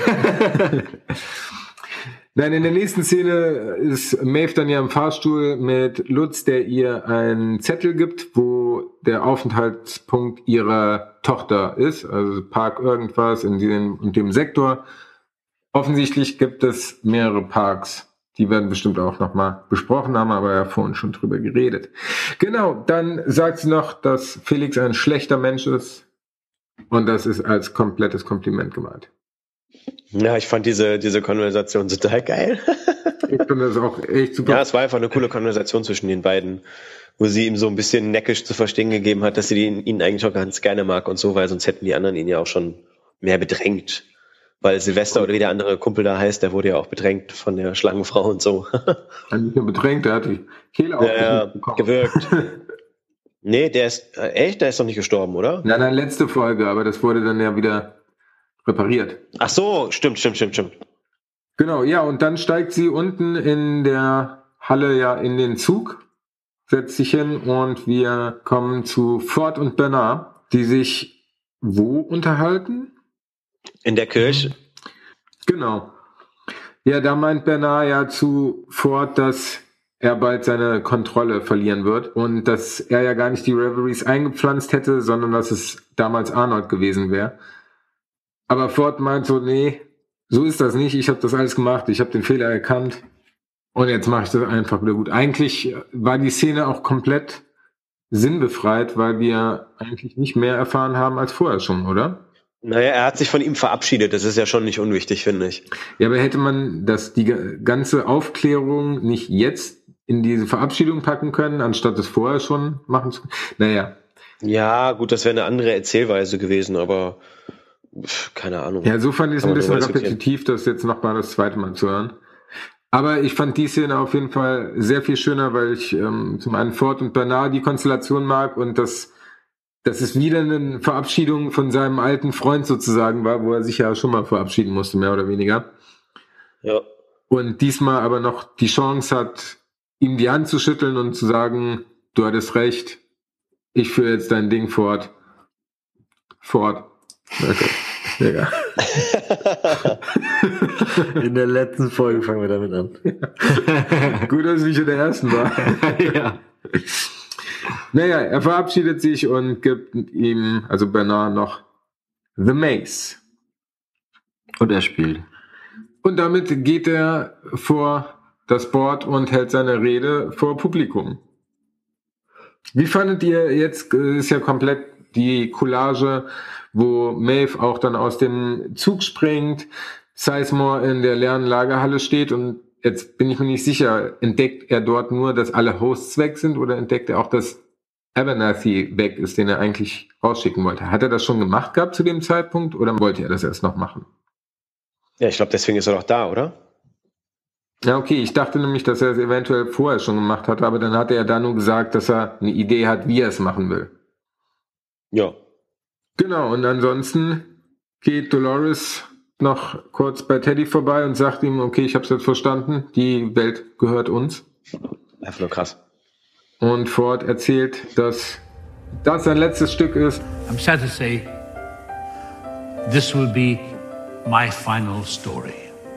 Nein, in der nächsten Szene ist Maeve dann ja im Fahrstuhl mit Lutz, der ihr einen Zettel gibt, wo der Aufenthaltspunkt ihrer Tochter ist, also Park irgendwas in dem Sektor. Offensichtlich gibt es mehrere Parks. Die werden bestimmt auch nochmal besprochen, haben aber ja vorhin schon drüber geredet. Genau, dann sagt sie noch, dass Felix ein schlechter Mensch ist und das ist als komplettes Kompliment gemeint. Ja, ich fand diese Konversation total geil. Ich finde das auch echt super. Ja, es war einfach eine coole Konversation zwischen den beiden, wo sie ihm so ein bisschen neckisch zu verstehen gegeben hat, dass sie ihn eigentlich auch ganz gerne mag und so, weil sonst hätten die anderen ihn ja auch schon mehr bedrängt. Weil Silvester oder wie der andere Kumpel da heißt, der wurde ja auch bedrängt von der Schlangenfrau und so. Nicht nur bedrängt, der hat die Kehle auch gewirkt. Nee, der ist doch nicht gestorben, oder? Nein, letzte Folge, aber das wurde dann ja wieder repariert. Ach so, stimmt. Genau, ja, und dann steigt sie unten in der Halle ja in den Zug, setzt sich hin und wir kommen zu Ford und Bernard, die sich wo unterhalten? In der Kirche. Genau. Ja, da meint Bernard ja zu Ford, dass er bald seine Kontrolle verlieren wird und dass er ja gar nicht die Reveries eingepflanzt hätte, sondern dass es damals Arnold gewesen wäre. Aber Ford meint so, nee, so ist das nicht. Ich habe das alles gemacht. Ich habe den Fehler erkannt. Und jetzt mache ich das einfach wieder gut. Eigentlich war die Szene auch komplett sinnbefreit, weil wir eigentlich nicht mehr erfahren haben als vorher schon, oder? Naja, er hat sich von ihm verabschiedet. Das ist ja schon nicht unwichtig, finde ich. Ja, aber hätte man die ganze Aufklärung nicht jetzt in diese Verabschiedung packen können, anstatt es vorher schon machen zu können? Naja. Ja, gut, das wäre eine andere Erzählweise gewesen, aber keine Ahnung. Ja, so fand ich es ein bisschen repetitiv, das jetzt nochmal das zweite Mal zu hören. Aber ich fand die Szene auf jeden Fall sehr viel schöner, weil ich zum einen Ford und Bernard die Konstellation mag und das ist wieder eine Verabschiedung von seinem alten Freund sozusagen war, wo er sich ja schon mal verabschieden musste, mehr oder weniger. Ja. Und diesmal aber noch die Chance hat, ihm die Hand zu schütteln und zu sagen, du hattest recht, ich führe jetzt dein Ding fort. Okay. Ja. In der letzten Folge fangen wir damit an. Gut, dass es nicht in der ersten war. Ja. Naja, er verabschiedet sich und gibt ihm, also Bernard, noch The Mace. Und er spielt. Und damit geht er vor das Board und hält seine Rede vor Publikum. Wie fandet ihr jetzt, ist ja komplett die Collage, wo Maeve auch dann aus dem Zug springt, Sizemore in der leeren Lagerhalle steht und jetzt bin ich mir nicht sicher, entdeckt er dort nur, dass alle Hosts weg sind oder entdeckt er auch, dass Abernathy weg ist, den er eigentlich rausschicken wollte? Hat er das schon gemacht gehabt zu dem Zeitpunkt oder wollte er das erst noch machen? Ja, ich glaube, deswegen ist er doch da, oder? Ja, okay, ich dachte nämlich, dass er es eventuell vorher schon gemacht hat, aber dann hat er da nur gesagt, dass er eine Idee hat, wie er es machen will. Ja. Genau, und ansonsten geht Dolores noch kurz bei Teddy vorbei und sagt ihm, okay, ich habe es jetzt verstanden, die Welt gehört uns. Einfach nur krass. Und Ford erzählt, dass das sein letztes Stück ist. I'm sad to say, this will be my final story.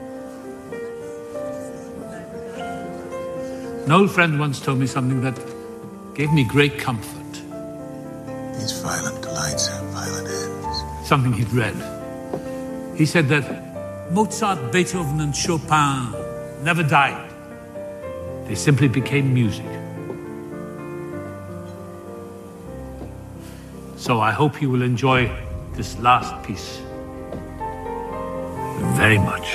An old friend once told me something that gave me great comfort. These violent delights have violent ends. Something he'd read. He said that Mozart, Beethoven, and Chopin never died. They simply became music. So I hope you will enjoy this last piece very much.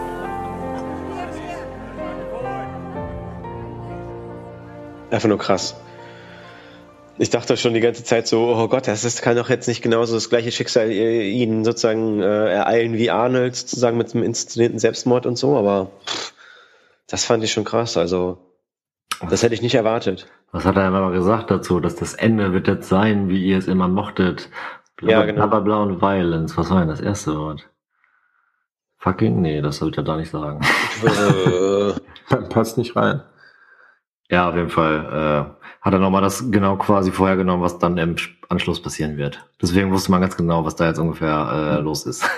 Einfach nur krass. Ich dachte schon die ganze Zeit so, oh Gott, kann doch jetzt nicht genauso das gleiche Schicksal ihn sozusagen ereilen wie Arnold, sozusagen mit einem inszenierten Selbstmord und so, aber das fand ich schon krass, also das hätte ich nicht erwartet. Was hat er immer gesagt dazu, dass das Ende wird jetzt sein, wie ihr es immer mochtet? Ja, genau. Bla bla und Violence, was war denn das erste Wort? Fucking? Nee, das sollte er da nicht sagen. Passt nicht rein. Ja, auf jeden Fall hat er nochmal das genau quasi vorhergenommen, was dann im Anschluss passieren wird. Deswegen wusste man ganz genau, was da jetzt ungefähr los ist.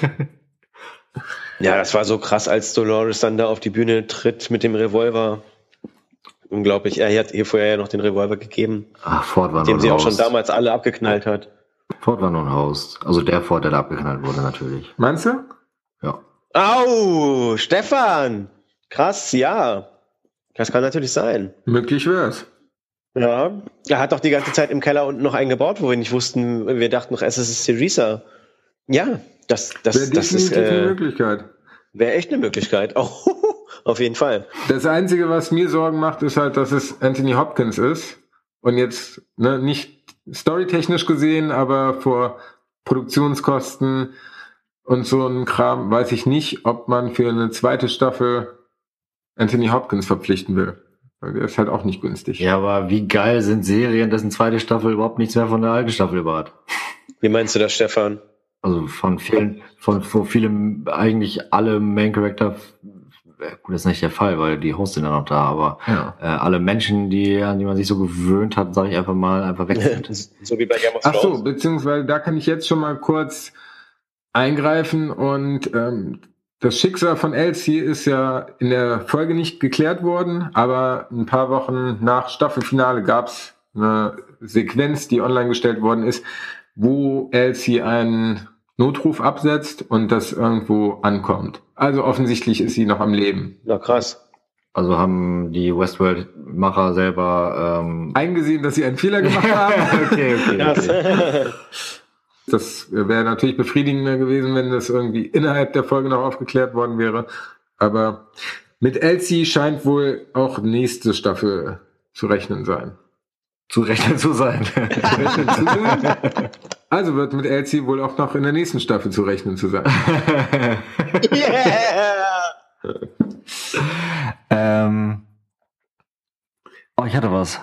Ja, das war so krass, als Dolores dann da auf die Bühne tritt mit dem Revolver. Unglaublich. Er hat ihr vorher ja noch den Revolver gegeben. Ach, Ford war nur ein dem sie auch Host. schon damals alle abgeknallt hat. Ford war nur ein Host. Also der Ford, der da abgeknallt wurde, natürlich. Meinst du? Ja. Au, Stefan! Krass, ja. Das kann natürlich sein. Möglich wär's. Ja, er hat doch die ganze Zeit im Keller unten noch einen gebaut, wo wir nicht wussten, wir dachten noch, es ist Theresa. Ja, das Wäre ist definitiv eine Möglichkeit. Wäre echt eine Möglichkeit. Oh, auf jeden Fall. Das Einzige, was mir Sorgen macht, ist halt, dass es Anthony Hopkins ist. Und jetzt nicht storytechnisch gesehen, aber vor Produktionskosten und so ein Kram weiß ich nicht, ob man für eine zweite Staffel Anthony Hopkins verpflichten will. Weil der ist halt auch nicht günstig. Ja, aber wie geil sind Serien, dessen zweite Staffel überhaupt nichts mehr von der alten Staffel über hat? Wie meinst du das, Stefan? Also von vielen, eigentlich alle Main Character, gut, das ist nicht der Fall, weil die Hosts sind ja noch da, aber alle Menschen, an die man sich so gewöhnt hat, sage ich einfach mal, einfach weg sind. So wie bei Game of Ach Thrones. so, beziehungsweise da kann ich jetzt schon mal kurz eingreifen und das Schicksal von Elsie ist ja in der Folge nicht geklärt worden, aber ein paar Wochen nach Staffelfinale gab es eine Sequenz, die online gestellt worden ist, wo Elsie einen Notruf absetzt und das irgendwo ankommt. Also offensichtlich ist sie noch am Leben. Na krass. Also haben die Westworld-Macher selber Eingesehen, dass sie einen Fehler gemacht haben. Okay. Das wäre natürlich befriedigender gewesen, wenn das irgendwie innerhalb der Folge noch aufgeklärt worden wäre. Aber mit Elsie scheint wohl auch nächste Staffel zu rechnen sein. Zu rechnen zu sein. Also wird mit Elsie wohl auch noch in der nächsten Staffel zu rechnen zu sein. Ich hatte was.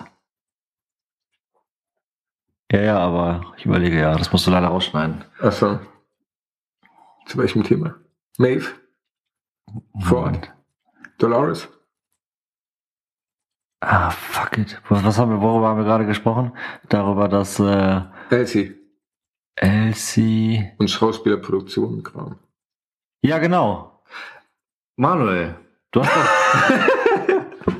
Ja, aber ich überlege, das musst du leider rausschneiden. Achso. Zu welchem Thema? Maeve? Ford? Dolores? Fuck it. Worüber haben wir gerade gesprochen? Darüber, dass Elsie. Und Schauspielerproduktion Kram. Ja, genau. Manuel, du hast doch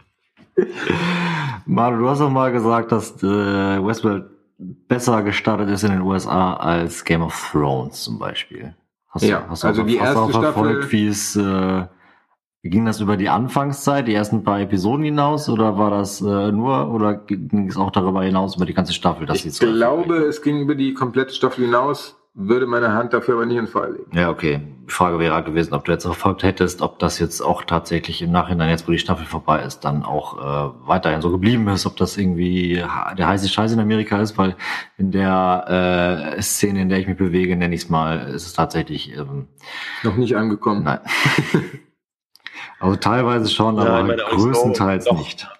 Manuel, du hast doch mal gesagt, dass Westworld besser gestartet ist in den USA als Game of Thrones zum Beispiel. Hast du die erste auch verfolgt, Staffel. Wie ging das über die Anfangszeit, die ersten paar Episoden hinaus, oder war das oder ging es auch darüber hinaus, über die ganze Staffel? Ich glaube, es ging über die komplette Staffel hinaus, würde meine Hand dafür aber nicht ins Feuer legen. Ja, okay. Die Frage wäre gewesen, ob du jetzt verfolgt hättest, ob das jetzt auch tatsächlich im Nachhinein, jetzt wo die Staffel vorbei ist, dann auch weiterhin so geblieben ist, ob das irgendwie der heiße Scheiß in Amerika ist, weil in der Szene, in der ich mich bewege, nenne ich es mal, ist es tatsächlich noch nicht angekommen. Nein. Also teilweise schon, aber größtenteils nicht.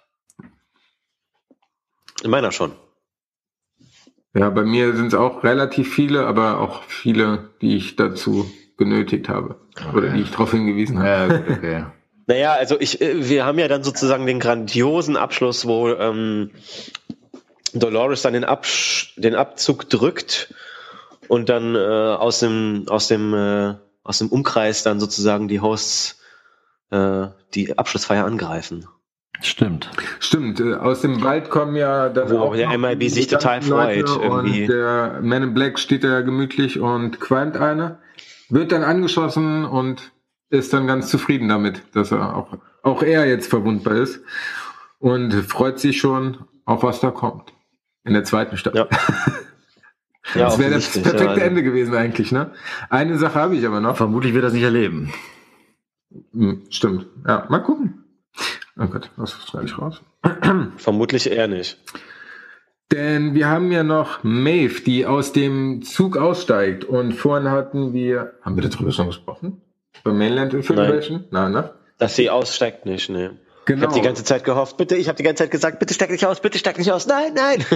In meiner schon. Ja, bei mir sind es auch relativ viele, aber auch viele, die ich dazu genötigt habe. Okay. Oder die ich darauf hingewiesen habe. Ja, gut, okay. Naja, also wir haben ja dann sozusagen den grandiosen Abschluss, wo Dolores dann den Abzug drückt und dann aus dem Umkreis dann sozusagen die Hosts die Abschlussfeier angreifen. Stimmt. Aus dem Wald kommen ja dann auch der MIB sich total freut. Irgendwie. Und der Man in Black steht da gemütlich und qualmt eine, wird dann angeschossen und ist dann ganz zufrieden damit, dass er auch er jetzt verwundbar ist und freut sich schon auf was da kommt. In der zweiten Staffel. Ja. Das wäre das perfekte Ende gewesen eigentlich, ne? Eine Sache habe ich aber noch. Vermutlich wird er es nicht erleben. Stimmt. Ja, mal gucken. Oh Gott, was schneide ich raus? Vermutlich eher nicht. Denn wir haben ja noch Maeve, die aus dem Zug aussteigt. Und vorhin haben wir darüber schon gesprochen? Bei Mainland Infiltration? Nein, ne? Dass sie aussteigt nicht, ne. Genau. Ich habe die ganze Zeit gehofft, ich habe die ganze Zeit gesagt, bitte steig nicht aus, nein.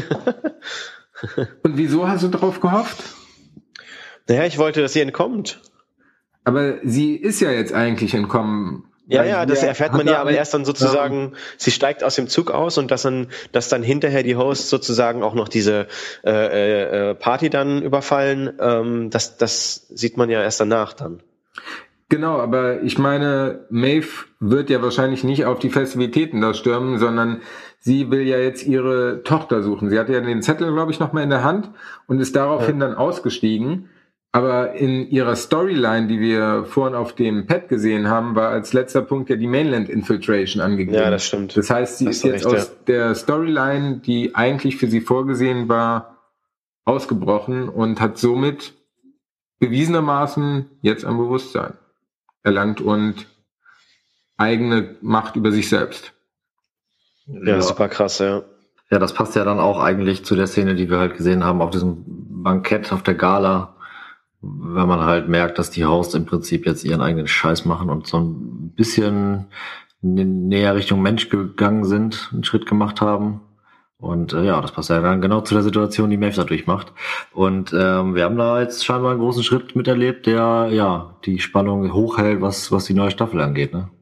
Und wieso hast du drauf gehofft? Naja, ich wollte, dass sie entkommt. Aber sie ist ja jetzt eigentlich entkommen. Ja, das erfährt man ja aber erst dann sozusagen, sie steigt aus dem Zug aus und dass dann hinterher die Hosts sozusagen auch noch diese Party dann überfallen, das sieht man ja erst danach dann. Genau, aber ich meine, Maeve wird ja wahrscheinlich nicht auf die Festivitäten da stürmen, sondern sie will ja jetzt ihre Tochter suchen. Sie hatte ja den Zettel, glaube ich, noch mal in der Hand und ist daraufhin dann ausgestiegen. Aber in ihrer Storyline, die wir vorhin auf dem Pad gesehen haben, war als letzter Punkt ja die Mainland Infiltration angegeben. Ja, das stimmt. Das heißt, sie ist jetzt aus der Storyline, die eigentlich für sie vorgesehen war, ausgebrochen und hat somit bewiesenermaßen jetzt ein Bewusstsein erlangt und eigene Macht über sich selbst. Ja, super krass, ja. Ja, das passt ja dann auch eigentlich zu der Szene, die wir halt gesehen haben auf diesem Bankett, auf der Gala, wenn man halt merkt, dass die Hosts im Prinzip jetzt ihren eigenen Scheiß machen und so ein bisschen näher Richtung Mensch gegangen sind, einen Schritt gemacht haben. Und das passt ja dann genau zu der Situation, die Maeve da durchmacht. Und wir haben da jetzt scheinbar einen großen Schritt miterlebt, der die Spannung hochhält, was die neue Staffel angeht, ne?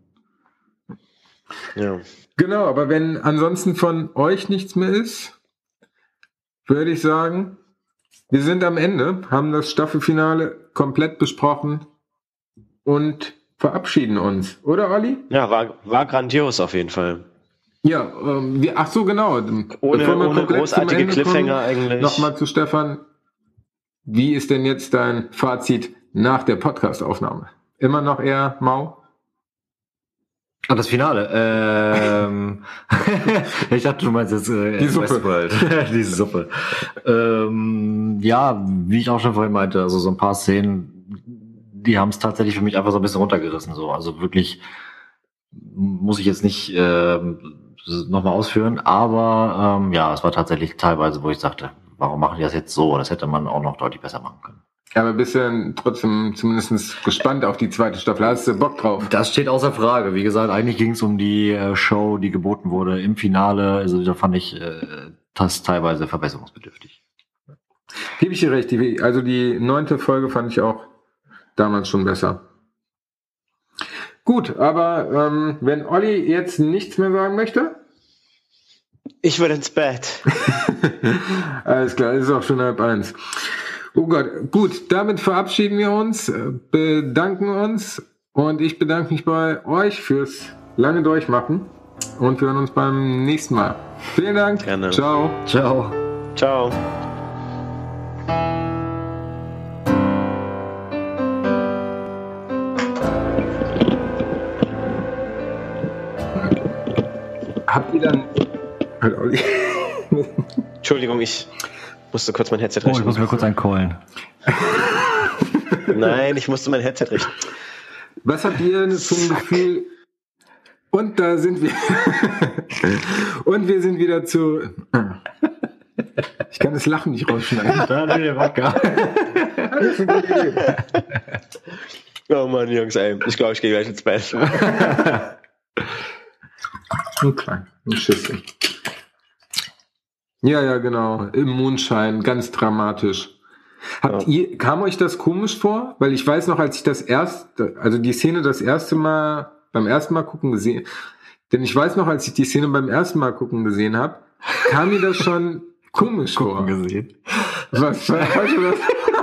Ja. Genau, aber wenn ansonsten von euch nichts mehr ist, würde ich sagen, wir sind am Ende, haben das Staffelfinale komplett besprochen und verabschieden uns. Oder, Olli? Ja, war grandios auf jeden Fall. Ja, genau. Ohne großartige Cliffhanger eigentlich. Nochmal zu Stefan. Wie ist denn jetzt dein Fazit nach der Podcast-Aufnahme? Immer noch eher mau? Das Finale. Ich dachte, du meinst jetzt die Suppe. Diese Suppe. Wie ich auch schon vorhin meinte, also so ein paar Szenen, die haben es tatsächlich für mich einfach so ein bisschen runtergerissen. So. Also wirklich muss ich jetzt nicht nochmal ausführen, aber es war tatsächlich teilweise, wo ich sagte, warum machen die das jetzt so? Das hätte man auch noch deutlich besser machen können. Aber bist du trotzdem zumindest gespannt auf die zweite Staffel? Hast du Bock drauf? Das steht außer Frage. Wie gesagt, eigentlich ging es um die Show, die geboten wurde im Finale. Also da fand ich das teilweise verbesserungsbedürftig. Gebe ich dir recht. Also die 9. Folge fand ich auch damals schon besser. Gut, aber wenn Olli jetzt nichts mehr sagen möchte? Ich würde ins Bett. Alles klar, ist auch schon 12:30. Oh Gott, gut, damit verabschieden wir uns, bedanken uns und ich bedanke mich bei euch fürs lange Durchmachen und wir hören uns beim nächsten Mal. Vielen Dank. Gerne. Ciao. Ciao. Ciao. Habt ihr dann... Entschuldigung, ich musste kurz mein Headset Oh, richten. ich muss mir kurz eincallen. Nein, ich musste mein Headset richten. Was habt ihr zum Gefühl... Und da sind wir. Und wir sind wieder zu... Ich kann das Lachen nicht rausschneiden. Oh Mann, Jungs, ey. Ich glaube, ich gehe gleich ins Bett. Nur klein, ein Schüsschen. Ja, genau. Im Mondschein, ganz dramatisch. Kam euch das komisch vor? Weil ich weiß noch, als ich die Szene beim ersten Mal gucken gesehen, denn ich weiß noch, als ich die Szene beim ersten Mal gucken gesehen habe, kam mir das schon komisch vor. Gesehen. Was? Falsch oder?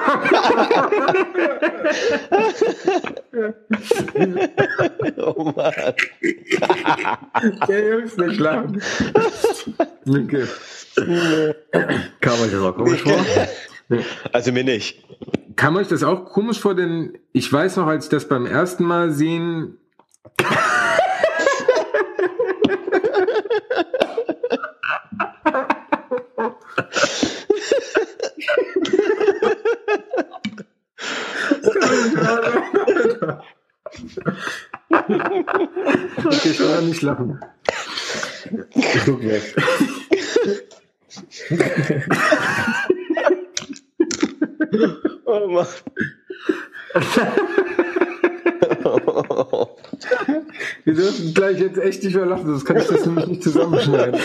Oh Mann. Der Jungs nicht lachen. Okay. Kam euch das auch komisch vor? Also mir nicht. Kam euch das auch komisch vor? Denn ich weiß noch, als ich das beim ersten Mal sehen... Okay, ich kann nicht lachen. Guck weg. Oh Mann. Wir dürfen gleich jetzt echt nicht mehr lachen, sonst kann ich das nämlich nicht zusammenschneiden.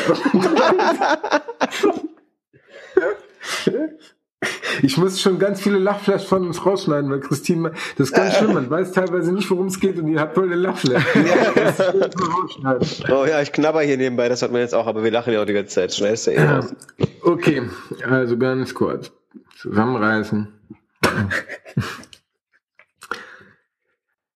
Ich muss schon ganz viele Lachflash von uns rausschneiden, weil Christine, das ist ganz schlimm, man weiß teilweise nicht, worum es geht und ihr habt voll eine Lachflash. Oh ja, ich knabber hier nebenbei, das hat man jetzt auch, aber wir lachen ja auch die ganze Zeit. Schnell ist der raus. Okay, also ganz kurz. Zusammenreißen.